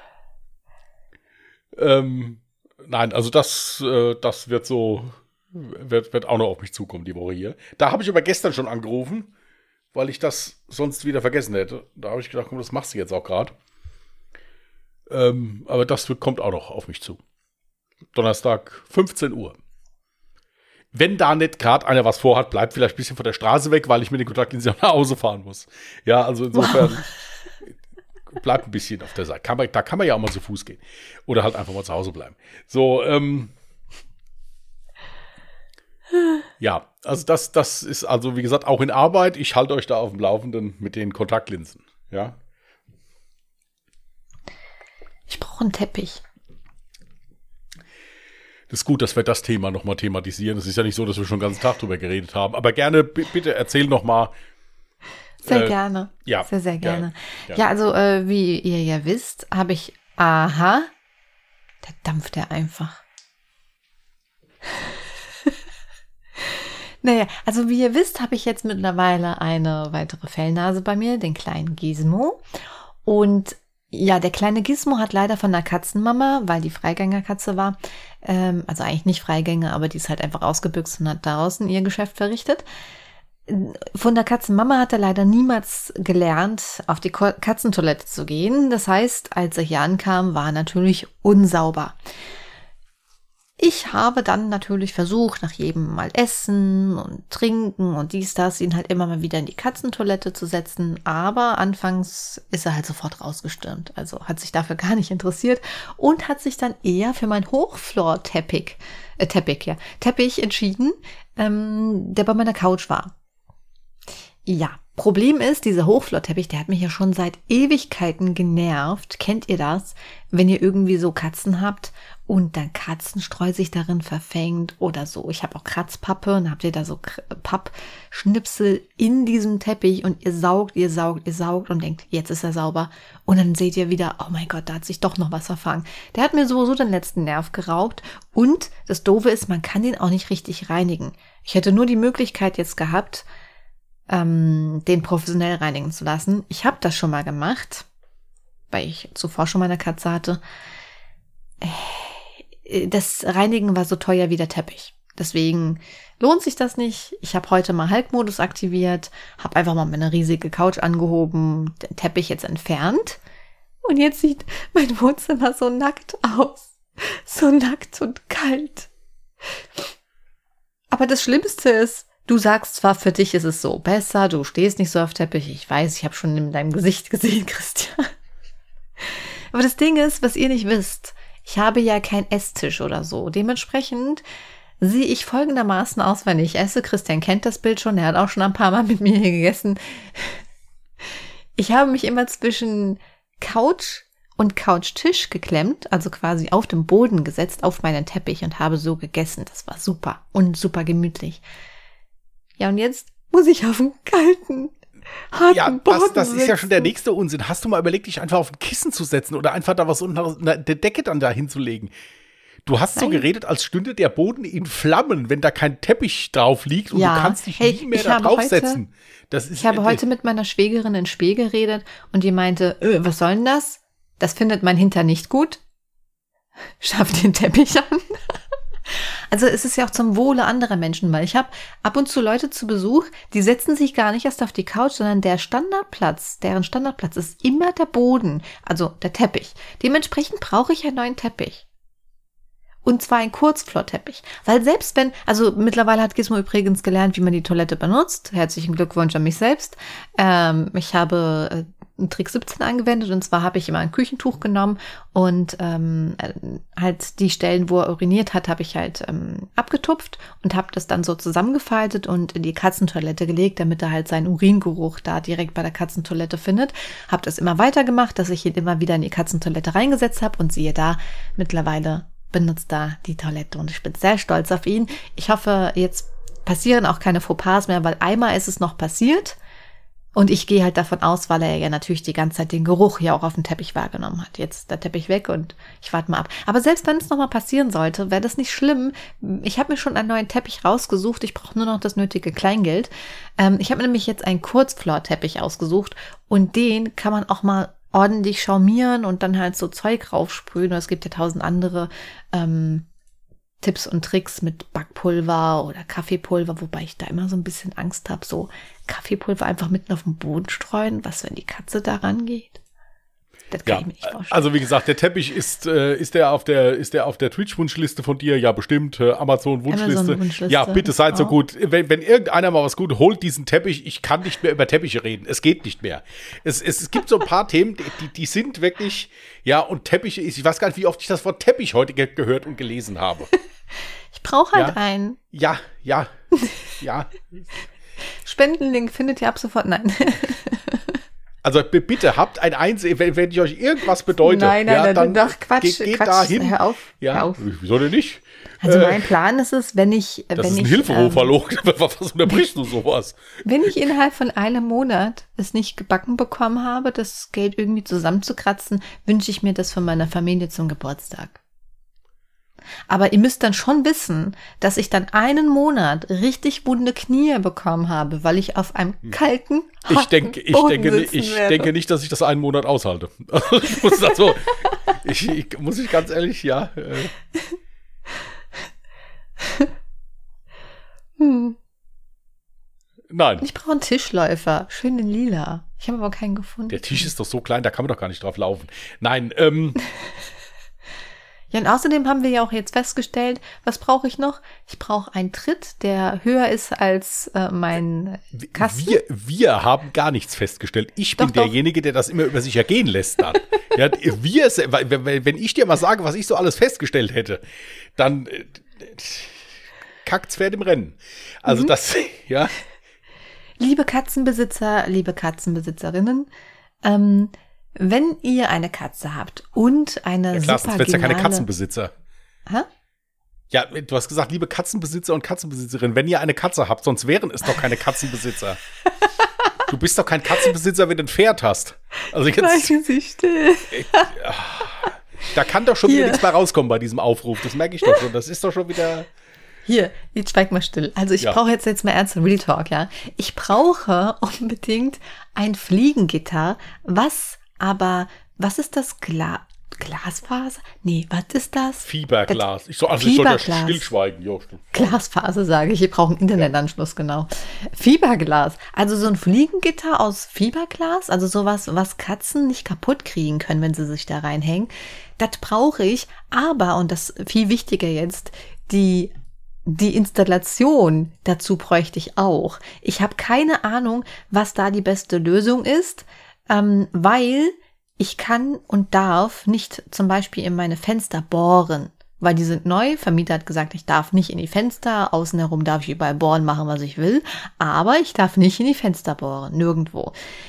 S1: Nein, also das wird so, wird auch noch auf mich zukommen, die Woche hier. Da habe ich aber gestern schon angerufen, weil ich das sonst wieder vergessen hätte. Da habe ich gedacht, komm, das machst du jetzt auch gerade. Aber das kommt auch noch auf mich zu. Donnerstag, 15 Uhr. Wenn da nicht gerade einer was vorhat, bleibt vielleicht ein bisschen von der Straße weg, weil ich mit den Kontaktlinsen nach Hause fahren muss. Ja, also insofern bleibt ein bisschen auf der Seite. Da kann man ja auch mal zu Fuß gehen. Oder halt einfach mal zu Hause bleiben. So, ja, also das ist also, wie gesagt, auch in Arbeit. Ich halte euch da auf dem Laufenden mit den Kontaktlinsen. Ja.
S2: Ich brauche einen Teppich.
S1: Das ist gut, dass wir das Thema nochmal thematisieren. Es ist ja nicht so, dass wir schon den ganzen Tag drüber geredet haben. Aber gerne, bitte erzähl nochmal.
S2: Sehr gerne.
S1: Ja.
S2: Sehr, sehr gerne.
S1: Ja.
S2: Ja, also wie ihr ja wisst, habe ich, da dampft er einfach. Naja, also wie ihr wisst, habe ich jetzt mittlerweile eine weitere Fellnase bei mir, den kleinen Gizmo. Und ja, der kleine Gizmo hat leider von der Katzenmama, weil die Freigängerkatze war, also eigentlich nicht Freigänger, aber die ist halt einfach ausgebüxt und hat draußen ihr Geschäft verrichtet. Von der Katzenmama hat er leider niemals gelernt, auf die Katzentoilette zu gehen. Das heißt, als er hier ankam, war er natürlich unsauber. Ich habe dann natürlich versucht, nach jedem Mal essen und trinken und dies, das, ihn halt immer mal wieder in die Katzentoilette zu setzen. Aber anfangs ist er halt sofort rausgestürmt. Also hat sich dafür gar nicht interessiert und hat sich dann eher für meinen Hochfloor-Teppich entschieden, der bei meiner Couch war. Ja, Problem ist, dieser Hochfloorteppich, der hat mich ja schon seit Ewigkeiten genervt. Kennt ihr das? Wenn ihr irgendwie so Katzen habt und dann Katzenstreu sich darin verfängt oder so. Ich habe auch Kratzpappe und habt ihr da so Pappschnipsel in diesem Teppich und ihr saugt und denkt, jetzt ist er sauber. Und dann seht ihr wieder, oh mein Gott, da hat sich doch noch was verfangen. Der hat mir sowieso den letzten Nerv geraubt und das Doofe ist, man kann den auch nicht richtig reinigen. Ich hätte nur die Möglichkeit jetzt gehabt, den professionell reinigen zu lassen. Ich habe das schon mal gemacht, weil ich zuvor schon mal eine Katze hatte. Das Reinigen war so teuer wie der Teppich. Deswegen lohnt sich das nicht. Ich habe heute mal Hulk-Modus aktiviert, habe einfach mal meine riesige Couch angehoben, den Teppich jetzt entfernt und jetzt sieht mein Wohnzimmer so nackt aus. So nackt und kalt. Aber das Schlimmste ist, du sagst zwar, für dich ist es so besser, du stehst nicht so auf Teppich. Ich weiß, ich habe schon in deinem Gesicht gesehen, Christian. Aber das Ding ist, was ihr nicht wisst, ich habe ja keinen Esstisch oder so. Dementsprechend sehe ich folgendermaßen aus, wenn ich esse. Christian kennt das Bild schon, er hat auch schon ein paar Mal mit mir hier gegessen. Ich habe mich immer zwischen Couch und Couchtisch geklemmt, also quasi auf dem Boden gesetzt, auf meinen Teppich und habe so gegessen. Das war super und super gemütlich. Ja, und jetzt muss ich auf den kalten, harten Boden
S1: das ist ja schon der nächste Unsinn. Hast du mal überlegt, dich einfach auf ein Kissen zu setzen oder einfach da was unter der Decke dann da hinzulegen? Du hast so geredet, als stünde der Boden in Flammen, wenn da kein Teppich drauf liegt und du kannst dich nie mehr da draufsetzen.
S2: Ich habe heute mit meiner Schwägerin in Spee geredet und die meinte, was soll denn das? Das findet mein Hintern nicht gut. Schaff den Teppich an. Also es ist ja auch zum Wohle anderer Menschen, weil ich habe ab und zu Leute zu Besuch, die setzen sich gar nicht erst auf die Couch, sondern deren Standardplatz ist immer der Boden, also der Teppich. Dementsprechend brauche ich einen neuen Teppich. Und zwar ein Kurzflorteppich. Weil selbst wenn, also mittlerweile hat Gizmo übrigens gelernt, wie man die Toilette benutzt. Herzlichen Glückwunsch an mich selbst. Ich habe einen Trick 17 angewendet und zwar habe ich immer ein Küchentuch genommen und halt die Stellen, wo er uriniert hat, habe ich halt abgetupft und habe das dann so zusammengefaltet und in die Katzentoilette gelegt, damit er halt seinen Uringeruch da direkt bei der Katzentoilette findet. Habe das immer weiter gemacht, dass ich ihn immer wieder in die Katzentoilette reingesetzt habe und siehe da, mittlerweile benutzt da die Toilette und ich bin sehr stolz auf ihn. Ich hoffe, jetzt passieren auch keine Fauxpas mehr, weil einmal ist es noch passiert und ich gehe halt davon aus, weil er ja natürlich die ganze Zeit den Geruch ja auch auf dem Teppich wahrgenommen hat. Jetzt ist der Teppich weg und ich warte mal ab. Aber selbst wenn es nochmal passieren sollte, wäre das nicht schlimm. Ich habe mir schon einen neuen Teppich rausgesucht. Ich brauche nur noch das nötige Kleingeld. Ich habe mir nämlich jetzt einen Kurzflorteppich ausgesucht und den kann man auch mal ordentlich schaumieren und dann halt so Zeug raufsprühen. Und es gibt ja 1000 andere Tipps und Tricks mit Backpulver oder Kaffeepulver, wobei ich da immer so ein bisschen Angst habe, so Kaffeepulver einfach mitten auf den Boden streuen, was, wenn die Katze da rangeht? Das kann ich mir nicht vorstellen. Also
S1: wie gesagt, der Teppich ist der auf der Twitch-Wunschliste von dir? Ja, bestimmt. Amazon-Wunschliste. Ja, bitte seid so gut. Wenn irgendeiner mal was gut holt, diesen Teppich, ich kann nicht mehr über Teppiche reden. Es geht nicht mehr. Es gibt so ein paar Themen, die sind wirklich, ja, und Teppiche ist, ich weiß gar nicht, wie oft ich das Wort Teppich heute gehört und gelesen habe.
S2: Ich brauche halt einen.
S1: Ja.
S2: Spendenlink findet ihr ab sofort. Nein.
S1: Also bitte habt ein Einsehen, wenn ich euch irgendwas bedeutet.
S2: Nein,
S1: dann
S2: Quatsch,
S1: geht dahin.
S2: Hör auf.
S1: Wieso denn nicht?
S2: Also mein Plan ist es, wenn ich...
S1: Das ist ein Hilferuf, hallo. Was unterbrichst du sowas?
S2: Wenn ich innerhalb von einem Monat es nicht gebacken bekommen habe, das Geld irgendwie zusammenzukratzen, wünsche ich mir das von meiner Familie zum Geburtstag. Aber ihr müsst dann schon wissen, dass ich dann einen Monat richtig wunde Knie bekommen habe, weil ich auf einem kalten,
S1: Ich denke nicht, dass ich das einen Monat aushalte. Muss ich ganz ehrlich, ja. Nein.
S2: Ich brauche einen Tischläufer, schön in lila. Ich habe aber keinen gefunden.
S1: Der Tisch ist doch so klein, da kann man doch gar nicht drauf laufen. Nein,
S2: Ja, und außerdem haben wir ja auch jetzt festgestellt, was brauche ich noch? Ich brauche einen Tritt, der höher ist als mein Kasten.
S1: Wir haben gar nichts festgestellt. Ich bin derjenige, der das immer über sich ergehen lässt dann. Ja, wenn ich dir mal sage, was ich so alles festgestellt hätte, dann kackt's Pferd im Rennen. Also das, ja.
S2: Liebe Katzenbesitzer, liebe Katzenbesitzerinnen, wenn ihr eine Katze habt und eine
S1: klar, sonst wär's ja keine Katzenbesitzer.
S2: Hä?
S1: Ja, du hast gesagt, liebe Katzenbesitzer und Katzenbesitzerinnen, wenn ihr eine Katze habt, sonst wären es doch keine Katzenbesitzer. Du bist doch kein Katzenbesitzer, wenn du ein Pferd hast. Also jetzt,
S2: Sie still.
S1: Da kann doch schon wieder nichts mehr rauskommen bei diesem Aufruf. Das merke ich doch schon. Das ist doch schon wieder...
S2: Hier, jetzt schweig mal still. Also ich brauche jetzt mal ernst Real Talk, ja. Ich brauche unbedingt ein Fliegengitter, was ist das? Glasfaser? Nee, was ist das?
S1: Fiberglas. Ich sollte ja stillschweigen. Ja, stimmt.
S2: Glasfaser sage ich, ich brauche einen Internetanschluss, genau. Fiberglas, also so ein Fliegengitter aus Fiberglas, also sowas, was Katzen nicht kaputt kriegen können, wenn sie sich da reinhängen. Das brauche ich, aber, und das viel wichtiger jetzt, die Installation dazu bräuchte ich auch. Ich habe keine Ahnung, was da die beste Lösung ist, weil ich kann und darf nicht zum Beispiel in meine Fenster bohren, weil die sind neu. Vermieter hat gesagt, ich darf nicht in die Fenster, außen herum darf ich überall bohren, machen, was ich will, aber ich darf nicht in die Fenster bohren, nirgendwo.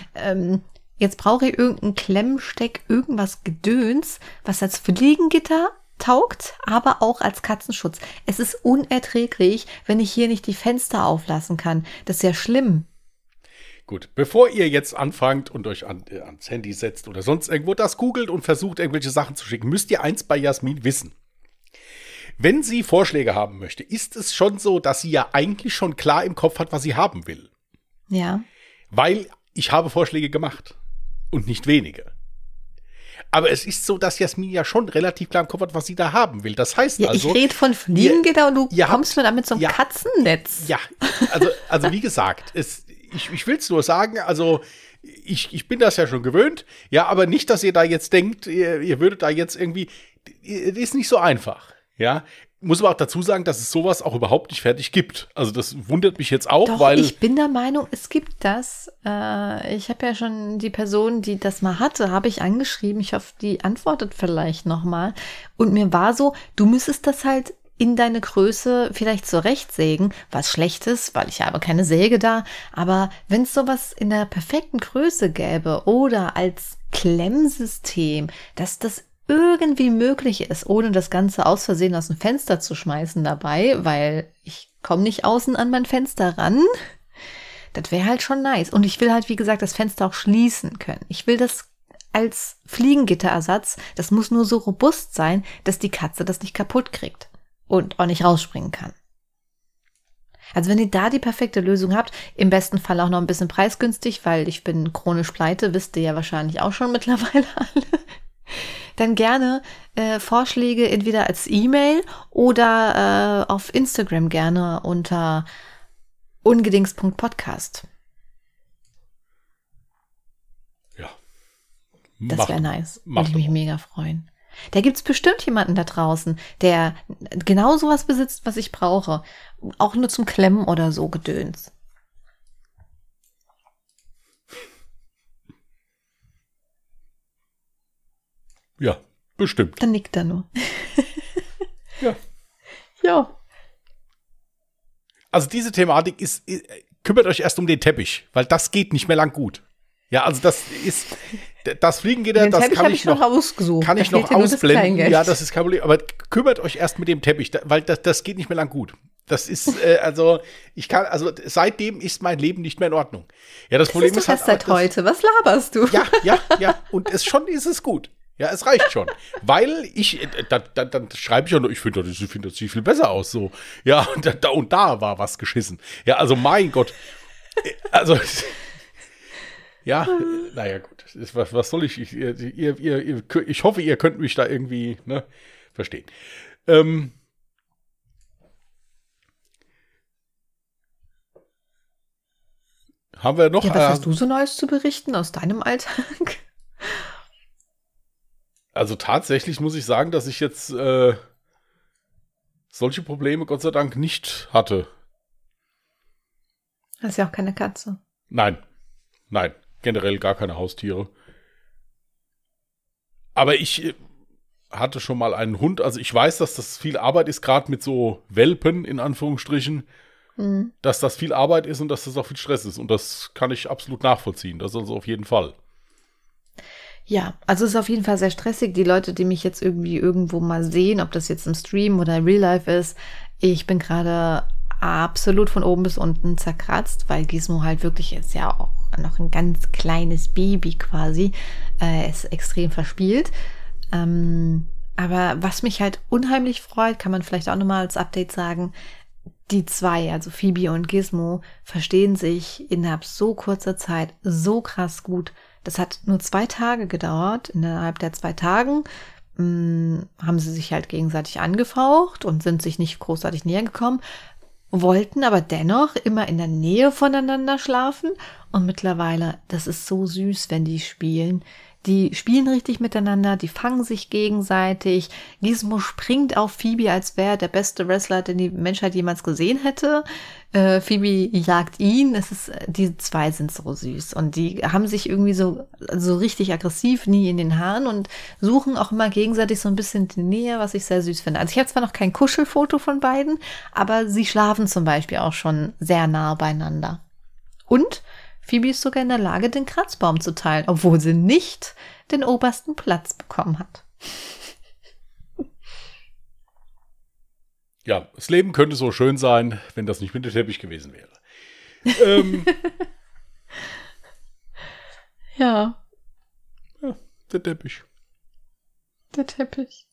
S2: Jetzt brauche ich irgendeinen Klemmsteck, irgendwas Gedöns, was als Fliegengitter taugt, aber auch als Katzenschutz. Es ist unerträglich, wenn ich hier nicht die Fenster auflassen kann. Das ist ja schlimm.
S1: Gut, bevor ihr jetzt anfangt und euch ans Handy setzt oder sonst irgendwo das googelt und versucht, irgendwelche Sachen zu schicken, müsst ihr eins bei Jasmin wissen. Wenn sie Vorschläge haben möchte, ist es schon so, dass sie ja eigentlich schon klar im Kopf hat, was sie haben will.
S2: Ja.
S1: Weil ich habe Vorschläge gemacht und nicht wenige. Aber es ist so, dass Jasmin ja schon relativ klar im Kopf hat, was sie da haben will. Das heißt
S2: ja,
S1: also...
S2: Ich rede von Fliegengitter und du kommst mir damit zum Katzennetz.
S1: Ja, also wie gesagt, ich will es nur sagen, also ich bin das ja schon gewöhnt, ja, aber nicht, dass ihr da jetzt denkt, ihr würdet da jetzt irgendwie... Es ist nicht so einfach, ja. Muss aber auch dazu sagen, dass es sowas auch überhaupt nicht fertig gibt. Also das wundert mich jetzt auch,
S2: Doch,
S1: weil...
S2: ich bin der Meinung, es gibt das. Ich habe ja schon die Person, die das mal hatte, habe ich angeschrieben. Ich hoffe, die antwortet vielleicht noch mal. Und mir war so, du müsstest das halt in deine Größe vielleicht zurechtsägen, was schlecht ist, weil ich habe keine Säge da. Aber wenn es sowas in der perfekten Größe gäbe oder als Klemmsystem, dass das irgendwie möglich ist, ohne das Ganze aus Versehen aus dem Fenster zu schmeißen dabei, weil ich komme nicht außen an mein Fenster ran. Das wäre halt schon nice. Und ich will halt, wie gesagt, das Fenster auch schließen können. Ich will das als Fliegengitterersatz. Das muss nur so robust sein, dass die Katze das nicht kaputt kriegt und auch nicht rausspringen kann. Also wenn ihr da die perfekte Lösung habt, im besten Fall auch noch ein bisschen preisgünstig, weil ich bin chronisch pleite, wisst ihr ja wahrscheinlich auch schon mittlerweile alle. Dann gerne Vorschläge entweder als E-Mail oder auf Instagram gerne unter ungedings.podcast.
S1: Ja.
S2: Das wäre nice. Würde ich mich mega freuen. Da gibt's bestimmt jemanden da draußen, der genau sowas besitzt, was ich brauche. Auch nur zum Klemmen oder so Gedöns.
S1: Ja, bestimmt.
S2: Dann nickt er nur.
S1: Ja.
S2: Ja.
S1: Also diese Thematik kümmert euch erst um den Teppich, weil das geht nicht mehr lang gut. Ja, also das Fliegengitter, das kann ich noch ausblenden. Ja, das ist kein Problem. Aber kümmert euch erst mit dem Teppich, weil das geht nicht mehr lang gut. Das ist, seitdem ist mein Leben nicht mehr in Ordnung. Ja, das Problem ist halt
S2: seit heute. Was laberst du?
S1: Ja. Und schon ist es gut. Ja, es reicht schon. Weil dann schreibe ich ja nur, ich finde, das sieht viel besser aus, so. Ja, und da war was geschissen. Ja, also mein Gott. Also, ja, naja, gut. Was soll ich? Ich hoffe, ihr könnt mich da irgendwie, verstehen. Haben wir noch?
S2: Ja, was hast du so Neues zu berichten aus deinem Alltag?
S1: Also tatsächlich muss ich sagen, dass ich jetzt solche Probleme Gott sei Dank nicht hatte.
S2: Hast ja auch keine Katze.
S1: Nein, generell gar keine Haustiere. Aber ich hatte schon mal einen Hund. Also ich weiß, dass das viel Arbeit ist, gerade mit so Welpen in Anführungsstrichen. Dass das viel Arbeit ist und dass das auch viel Stress ist. Und das kann ich absolut nachvollziehen. Das also auf jeden Fall.
S2: Ja, also es ist auf jeden Fall sehr stressig. Die Leute, die mich jetzt irgendwie irgendwo mal sehen, ob das jetzt im Stream oder im Real Life ist, ich bin gerade absolut von oben bis unten zerkratzt, weil Gizmo halt wirklich ist ja auch noch ein ganz kleines Baby quasi. Ist extrem verspielt. Aber was mich halt unheimlich freut, kann man vielleicht auch nochmal als Update sagen, die zwei, also Phoebe und Gizmo, verstehen sich innerhalb so kurzer Zeit so krass gut. Das hat nur 2 Tage gedauert. Innerhalb der 2 Tagen haben sie sich halt gegenseitig angefaucht und sind sich nicht großartig näher gekommen, wollten aber dennoch immer in der Nähe voneinander schlafen. Und mittlerweile, das ist so süß, wenn die spielen. Die spielen richtig miteinander, die fangen sich gegenseitig. Gizmo springt auf Phoebe, als wäre er der beste Wrestler, den die Menschheit jemals gesehen hätte. Phoebe jagt ihn. Die zwei sind so süß. Und die haben sich irgendwie so richtig aggressiv nie in den Haaren und suchen auch immer gegenseitig so ein bisschen die Nähe, was ich sehr süß finde. Also ich habe zwar noch kein Kuschelfoto von beiden, aber sie schlafen zum Beispiel auch schon sehr nah beieinander. Und Phoebe ist sogar in der Lage, den Kratzbaum zu teilen, obwohl sie nicht den obersten Platz bekommen hat.
S1: Ja, das Leben könnte so schön sein, wenn das nicht mit dem Teppich gewesen wäre.
S2: Ja.
S1: Ja, der Teppich.
S2: Der Teppich.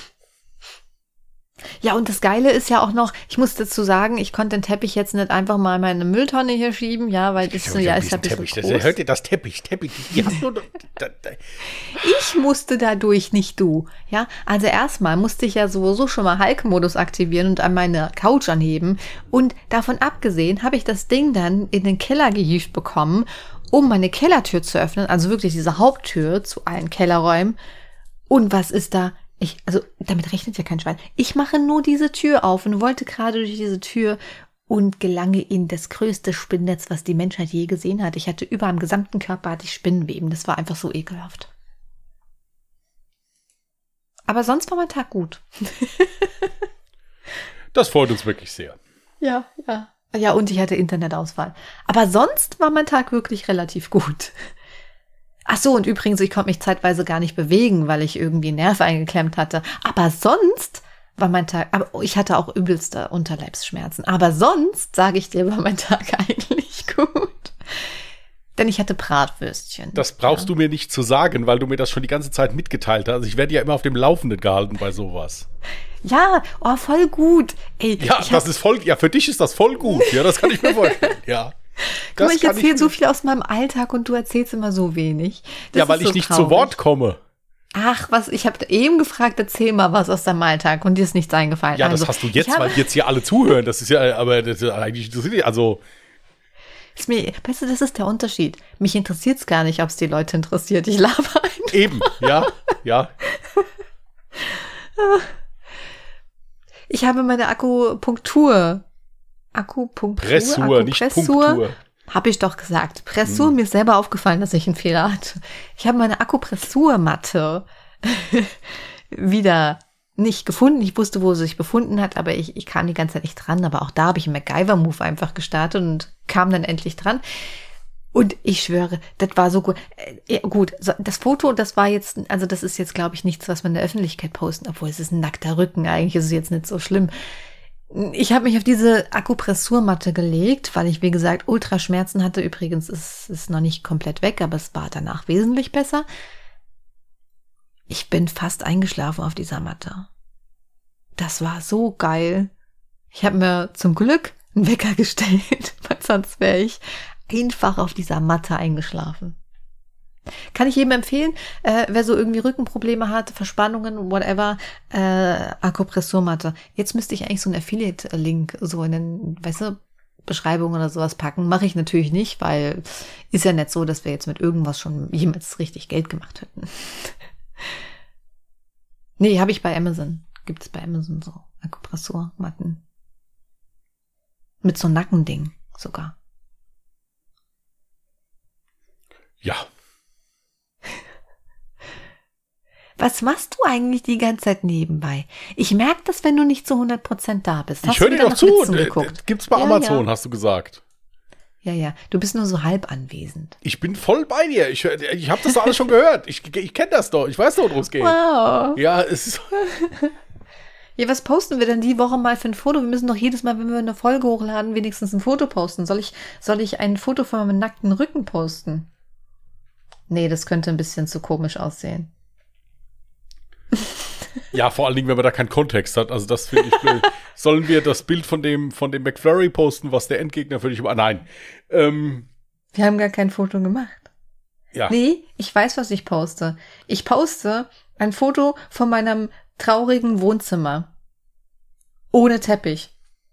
S2: Ja, und das Geile ist ja auch noch, ich muss dazu sagen, ich konnte den Teppich jetzt nicht einfach mal in meine Mülltonne hier schieben, ja, weil das so, ja, ist ein bisschen groß.
S1: Hört ihr das Teppich, die hat nur
S2: Ich musste dadurch, nicht du, ja. Also erstmal musste ich ja sowieso schon mal Hulk-Modus aktivieren und an meine Couch anheben. Und davon abgesehen habe ich das Ding dann in den Keller gehievt bekommen, um meine Kellertür zu öffnen, also wirklich diese Haupttür zu allen Kellerräumen. Und was ist da? Also damit rechnet ja kein Schwein. Ich mache nur diese Tür auf und wollte gerade durch diese Tür und gelange in das größte Spinnennetz, was die Menschheit je gesehen hat. Ich hatte überall am gesamten Körper hatte ich Spinnenweben. Das war einfach so ekelhaft. Aber sonst war mein Tag gut.
S1: Das freut uns wirklich sehr.
S2: Ja, ja. Ja, und ich hatte Internetausfall. Aber sonst war mein Tag wirklich relativ gut. Ach so, und übrigens, ich konnte mich zeitweise gar nicht bewegen, weil ich irgendwie einen Nerv eingeklemmt hatte. Aber sonst war mein Tag, aber ich hatte auch übelste Unterleibsschmerzen. Aber sonst, sage ich dir, war mein Tag eigentlich gut. Denn ich hatte Bratwürstchen.
S1: Das brauchst du mir nicht zu sagen, weil du mir das schon die ganze Zeit mitgeteilt hast. Also ich werde ja immer auf dem Laufenden gehalten bei sowas.
S2: Ja, oh, voll gut. Ey,
S1: ja, das ist voll, ja, für dich ist das voll gut. Ja, das kann ich mir vorstellen, ja.
S2: Guck mal, ich erzähle so viel aus meinem Alltag und du erzählst immer so wenig.
S1: Das ja, weil ich nicht zu Wort komme.
S2: Ach, was, ich habe eben gefragt, erzähl mal was aus deinem Alltag und dir ist nichts eingefallen.
S1: Ja, das hast du jetzt, weil jetzt hier alle zuhören. Das ist ja, aber das ist eigentlich, also.
S2: Weißt du, das ist der Unterschied. Mich interessiert es gar nicht, ob es die Leute interessiert. Ich laber einfach.
S1: Eben, ja, ja.
S2: Ich habe meine Pressur,
S1: nicht Punktur.
S2: Habe ich doch gesagt. Pressur, mir ist selber aufgefallen, dass ich einen Fehler hatte. Ich habe meine Akupressurmatte wieder nicht gefunden. Ich wusste, wo sie sich befunden hat, aber ich kam die ganze Zeit nicht dran. Aber auch da habe ich einen MacGyver-Move einfach gestartet und kam dann endlich dran. Und ich schwöre, das war so gut. Gut, das Foto, das war jetzt, also das ist jetzt, glaube ich, nichts, was wir in der Öffentlichkeit posten, obwohl es ist ein nackter Rücken. Eigentlich ist es jetzt nicht so schlimm. Ich habe mich auf diese Akupressurmatte gelegt, weil ich, wie gesagt, Ultraschmerzen hatte. Übrigens ist es noch nicht komplett weg, aber es war danach wesentlich besser. Ich bin fast eingeschlafen auf dieser Matte. Das war so geil. Ich habe mir zum Glück einen Wecker gestellt, weil sonst wäre ich einfach auf dieser Matte eingeschlafen. Kann ich jedem empfehlen, wer so irgendwie Rückenprobleme hat, Verspannungen, whatever, Akupressurmatte. Jetzt müsste ich eigentlich so einen Affiliate-Link so in den, weißt du, Beschreibung oder sowas packen. Mache ich natürlich nicht, weil ist ja nicht so, dass wir jetzt mit irgendwas schon jemals richtig Geld gemacht hätten. Nee, habe ich bei Amazon. Gibt es bei Amazon so Akupressurmatten. Mit so Nackending sogar.
S1: Ja.
S2: Was machst du eigentlich die ganze Zeit nebenbei? Ich merke das, wenn du nicht zu 100% da bist.
S1: Ich höre dir doch zu. Gibt's bei Amazon, ja. Hast du gesagt.
S2: Ja, ja. Du bist nur so halb anwesend.
S1: Ich bin voll bei dir. Ich habe das doch alles schon gehört. Ich kenne das doch. Ich weiß doch, worum es geht.
S2: Wow.
S1: Ja, es ist...
S2: Ja, was posten wir denn die Woche mal für ein Foto? Wir müssen doch jedes Mal, wenn wir eine Folge hochladen, wenigstens ein Foto posten. Soll ich ein Foto von meinem nackten Rücken posten? Nee, das könnte ein bisschen zu komisch aussehen.
S1: Ja, vor allen Dingen, wenn man da keinen Kontext hat. Also das finde ich blöd. Sollen wir das Bild von dem McFlurry posten, was der Endgegner für dich war? Nein.
S2: Wir haben gar kein Foto gemacht.
S1: Ja.
S2: Nee, ich weiß, was ich poste. Ich poste ein Foto von meinem traurigen Wohnzimmer. Ohne Teppich.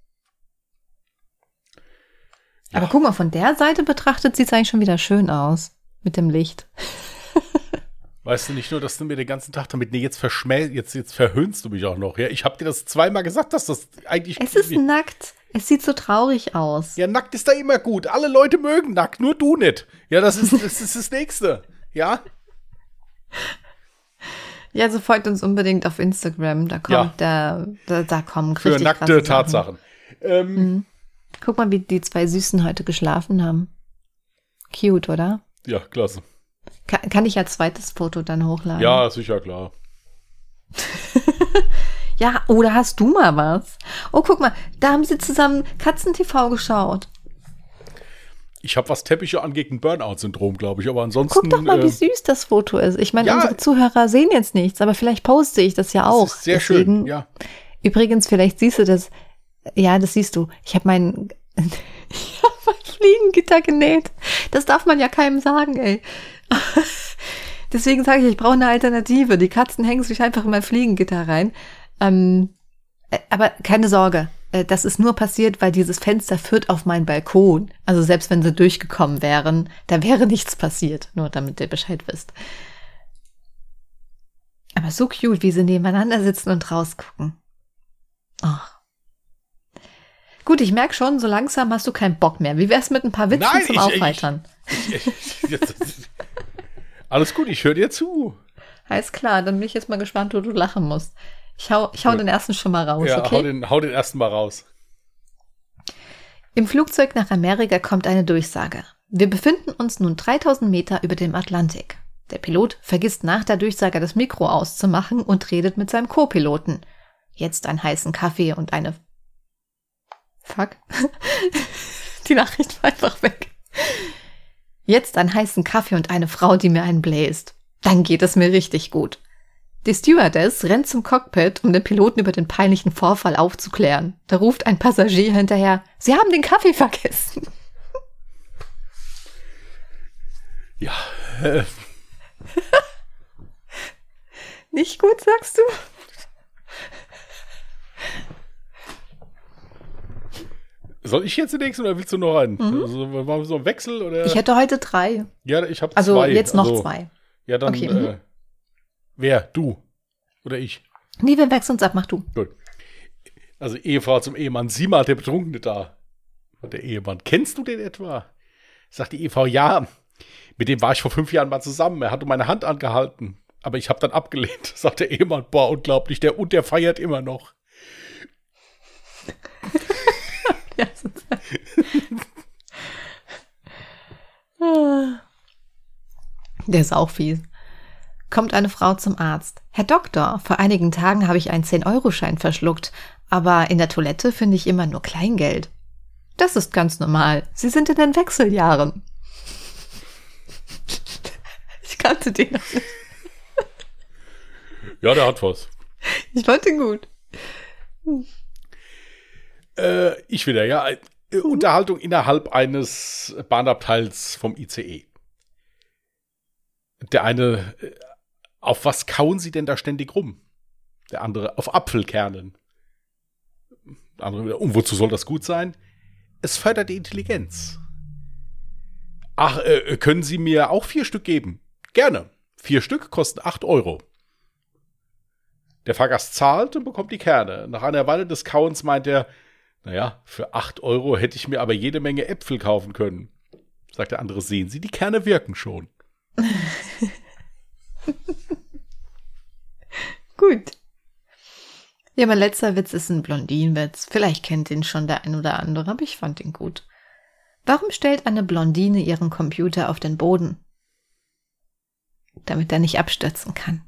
S1: Ja.
S2: Aber guck mal, von der Seite betrachtet sieht es eigentlich schon wieder schön aus. Mit dem Licht.
S1: Weißt du nicht nur, dass du mir den ganzen Tag damit, nee, jetzt verhöhnst du mich auch noch, ja? Ich hab dir das zweimal gesagt, dass das eigentlich...
S2: Es ist nackt. Es sieht so traurig aus.
S1: Ja, nackt ist da immer gut. Alle Leute mögen nackt, nur du nicht. Ja, das ist das Nächste, ja?
S2: Ja, also folgt uns unbedingt auf Instagram. Da kommt da kommen richtig
S1: für nackte
S2: krasse
S1: Tatsachen.
S2: Guck mal, wie die zwei Süßen heute geschlafen haben. Cute, oder?
S1: Ja, klasse.
S2: Kann ich als zweites Foto dann hochladen?
S1: Ja, sicher, klar.
S2: Ja, oder hast du mal was? Oh, guck mal, da haben sie zusammen Katzen-TV geschaut.
S1: Ich habe was Teppiche an gegen Burnout-Syndrom, glaube ich, aber ansonsten...
S2: Guck doch mal, wie süß das Foto ist. Ich meine,
S1: ja,
S2: unsere Zuhörer sehen jetzt nichts, aber vielleicht poste ich das ja auch.
S1: Das ist sehr schön, ja.
S2: Übrigens, vielleicht siehst du das. Ja, das siehst du. Ich habe mein Fliegengitter genäht. Das darf man ja keinem sagen, ey. Deswegen sage ich brauche eine Alternative. Die Katzen hängen sich einfach in mein Fliegengitter rein. Aber keine Sorge. Das ist nur passiert, weil dieses Fenster führt auf meinen Balkon. Also selbst wenn sie durchgekommen wären, da wäre nichts passiert. Nur damit ihr Bescheid wisst. Aber so cute, wie sie nebeneinander sitzen und rausgucken. Oh. Gut, ich merke schon, so langsam hast du keinen Bock mehr. Wie wär's mit ein paar Witzen zum Aufheitern?
S1: Alles gut, ich höre dir zu.
S2: Alles klar, dann bin ich jetzt mal gespannt, wo du lachen musst. Ich hau den ersten schon mal raus,
S1: ja,
S2: okay?
S1: Hau den ersten mal raus.
S2: Im Flugzeug nach Amerika kommt eine Durchsage. Wir befinden uns nun 3000 Meter über dem Atlantik. Der Pilot vergisst nach der Durchsage das Mikro auszumachen und redet mit seinem Co-Piloten. Jetzt einen heißen Kaffee und eine... Fuck. Die Nachricht war einfach weg. Jetzt einen heißen Kaffee und eine Frau, die mir einen bläst. Dann geht es mir richtig gut. Die Stewardess rennt zum Cockpit, um den Piloten über den peinlichen Vorfall aufzuklären. Da ruft ein Passagier hinterher, Sie haben den Kaffee vergessen.
S1: Ja.
S2: Nicht gut, sagst du?
S1: Soll ich jetzt den nächsten oder willst du noch einen? Also, machen wir so einen Wechsel? Oder?
S2: Ich hätte heute 3.
S1: Ja, ich habe 2.
S2: Also jetzt noch 2.
S1: Ja, dann
S2: Okay.
S1: Wer? Du? Oder ich?
S2: Nee, wir wechseln uns ab, mach du.
S1: Gut. Also Ehefrau zum Ehemann, sieh mal, der Betrunkene da. Und der Ehemann, kennst du den etwa? Sagt die Ehefrau, ja, mit dem war ich vor 5 Jahren mal zusammen. Er hatte meine Hand angehalten, aber ich habe dann abgelehnt. Sagt der Ehemann, boah, unglaublich, der feiert immer noch.
S2: Ja, der ist auch fies. Kommt eine Frau zum Arzt. Herr Doktor, vor einigen Tagen habe ich einen 10-Euro-Schein verschluckt, aber in der Toilette finde ich immer nur Kleingeld. Das ist ganz normal. Sie sind in den Wechseljahren. Ich kannte den noch nicht.
S1: Ja, der hat was.
S2: Ich fand den gut.
S1: Ich wieder, ja. Unterhaltung innerhalb eines Bahnabteils vom ICE. Der eine, auf was kauen Sie denn da ständig rum? Der andere, auf Apfelkernen. Der andere wieder, wozu soll das gut sein? Es fördert die Intelligenz. Ach, können Sie mir auch 4 Stück geben? Gerne. 4 Stück kosten 8 Euro. Der Fahrgast zahlt und bekommt die Kerne. Nach einer Weile des Kauens meint er, naja, für 8 Euro hätte ich mir aber jede Menge Äpfel kaufen können. Sagt der andere, sehen Sie, die Kerne wirken schon.
S2: Gut. Ja, mein letzter Witz ist ein Blondinenwitz. Vielleicht kennt ihn schon der ein oder andere, aber ich fand ihn gut. Warum stellt eine Blondine ihren Computer auf den Boden? Damit er nicht abstürzen kann.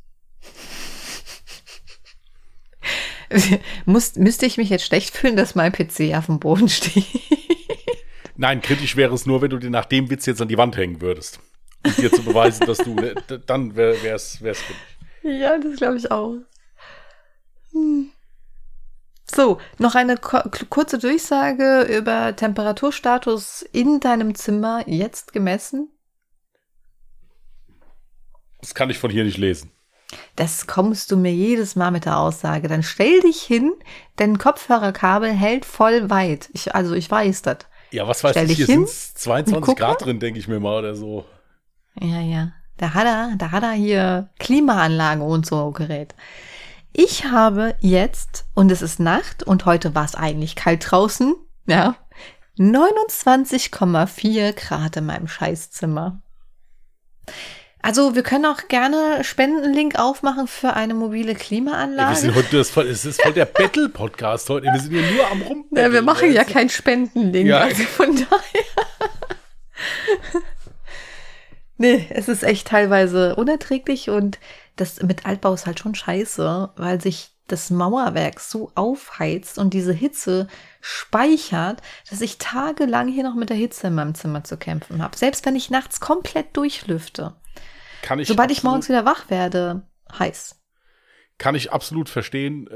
S2: Müsste ich mich jetzt schlecht fühlen, dass mein PC auf dem Boden steht?
S1: Nein, kritisch wäre es nur, wenn du dir nach dem Witz jetzt an die Wand hängen würdest. Um dir zu beweisen, dass du, dann wär's kritisch.
S2: Ja, das glaube ich auch. So, noch eine kurze Durchsage über Temperaturstatus in deinem Zimmer jetzt gemessen.
S1: Das kann ich von hier nicht lesen.
S2: Das kommst du mir jedes Mal mit der Aussage. Dann stell dich hin, dein Kopfhörerkabel hält voll weit. Ich weiß das.
S1: Ja, was weiß
S2: Stell
S1: ich,
S2: dich
S1: hier
S2: hin
S1: sind 22
S2: und guck
S1: Grad
S2: mal.
S1: drin, denke ich mir mal, oder so.
S2: Ja. Da hat er hier Klimaanlage und so Gerät. Ich habe jetzt, und es ist Nacht und heute war es eigentlich kalt draußen, ja, 29,4 Grad in meinem Scheißzimmer. Also wir können auch gerne Spendenlink aufmachen für eine mobile
S1: Ja,
S2: Klimaanlage.
S1: wir sind heute, es ist voll der Battle-Podcast heute. Wir sind hier nur am Rumbetteln.
S2: Ja, wir machen ja keinen Spendenlink,
S1: Ja.
S2: also von daher. Nee, es ist echt teilweise unerträglich und das mit Altbau ist halt schon scheiße, weil sich das Mauerwerk so aufheizt und diese Hitze speichert, dass ich tagelang hier noch mit der Hitze in meinem Zimmer zu kämpfen habe. Selbst wenn ich nachts komplett durchlüfte. Sobald ich morgens wieder wach werde, heiß.
S1: Kann ich absolut verstehen.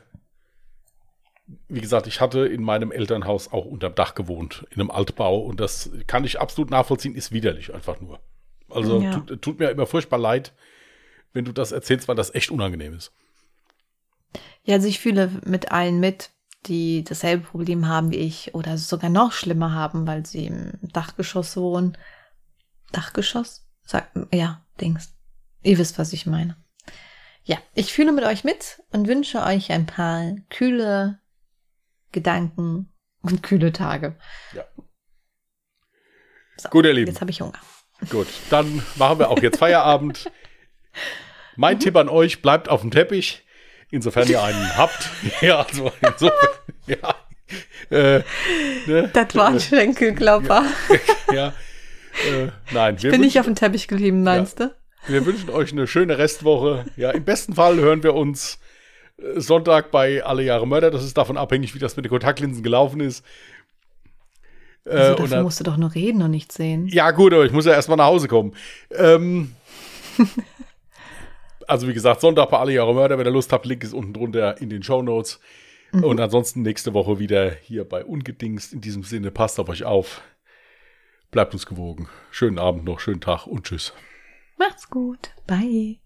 S1: Wie gesagt, ich hatte in meinem Elternhaus auch unterm Dach gewohnt, in einem Altbau. Und das kann ich absolut nachvollziehen, ist widerlich einfach nur. Also
S2: Ja.
S1: tut mir immer furchtbar leid, wenn du das erzählst, weil das echt unangenehm ist.
S2: Ja, also ich fühle mit allen mit, die dasselbe Problem haben wie ich oder sogar noch schlimmer haben, weil sie im Dachgeschoss wohnen. Dachgeschoss? Ja, Dings. Ihr wisst, was ich meine. Ja, ich fühle mit euch mit und wünsche euch ein paar kühle Gedanken und kühle Tage.
S1: Ja.
S2: So,
S1: Gut, ihr Lieben.
S2: jetzt habe ich Hunger.
S1: Gut, dann machen wir auch jetzt Feierabend. Mein Tipp an euch, bleibt auf dem Teppich, insofern ihr einen habt. Ja, also insofern, ja. Ne?
S2: Das war ein Schenkelklopper.
S1: Ja. Nein,
S2: Ich bin nicht auf dem Teppich geblieben, meinst du?
S1: wir wünschen euch eine schöne Restwoche. Ja, im besten Fall hören wir uns Sonntag bei Alle Jahre Mörder. Das ist davon abhängig, wie das mit den Kontaktlinsen gelaufen ist.
S2: Also
S1: und
S2: dafür
S1: dann,
S2: musst du doch nur reden und nicht sehen.
S1: ja, gut, aber ich muss ja erstmal nach Hause kommen. Also, wie gesagt, Sonntag bei Alle Jahre Mörder. Wenn ihr Lust habt, Link ist unten drunter in den Shownotes. Und ansonsten nächste Woche wieder hier bei Ungedingst. In diesem Sinne, passt auf euch auf. Bleibt uns gewogen. Schönen Abend noch, schönen Tag und tschüss.
S2: Macht's gut. Bye.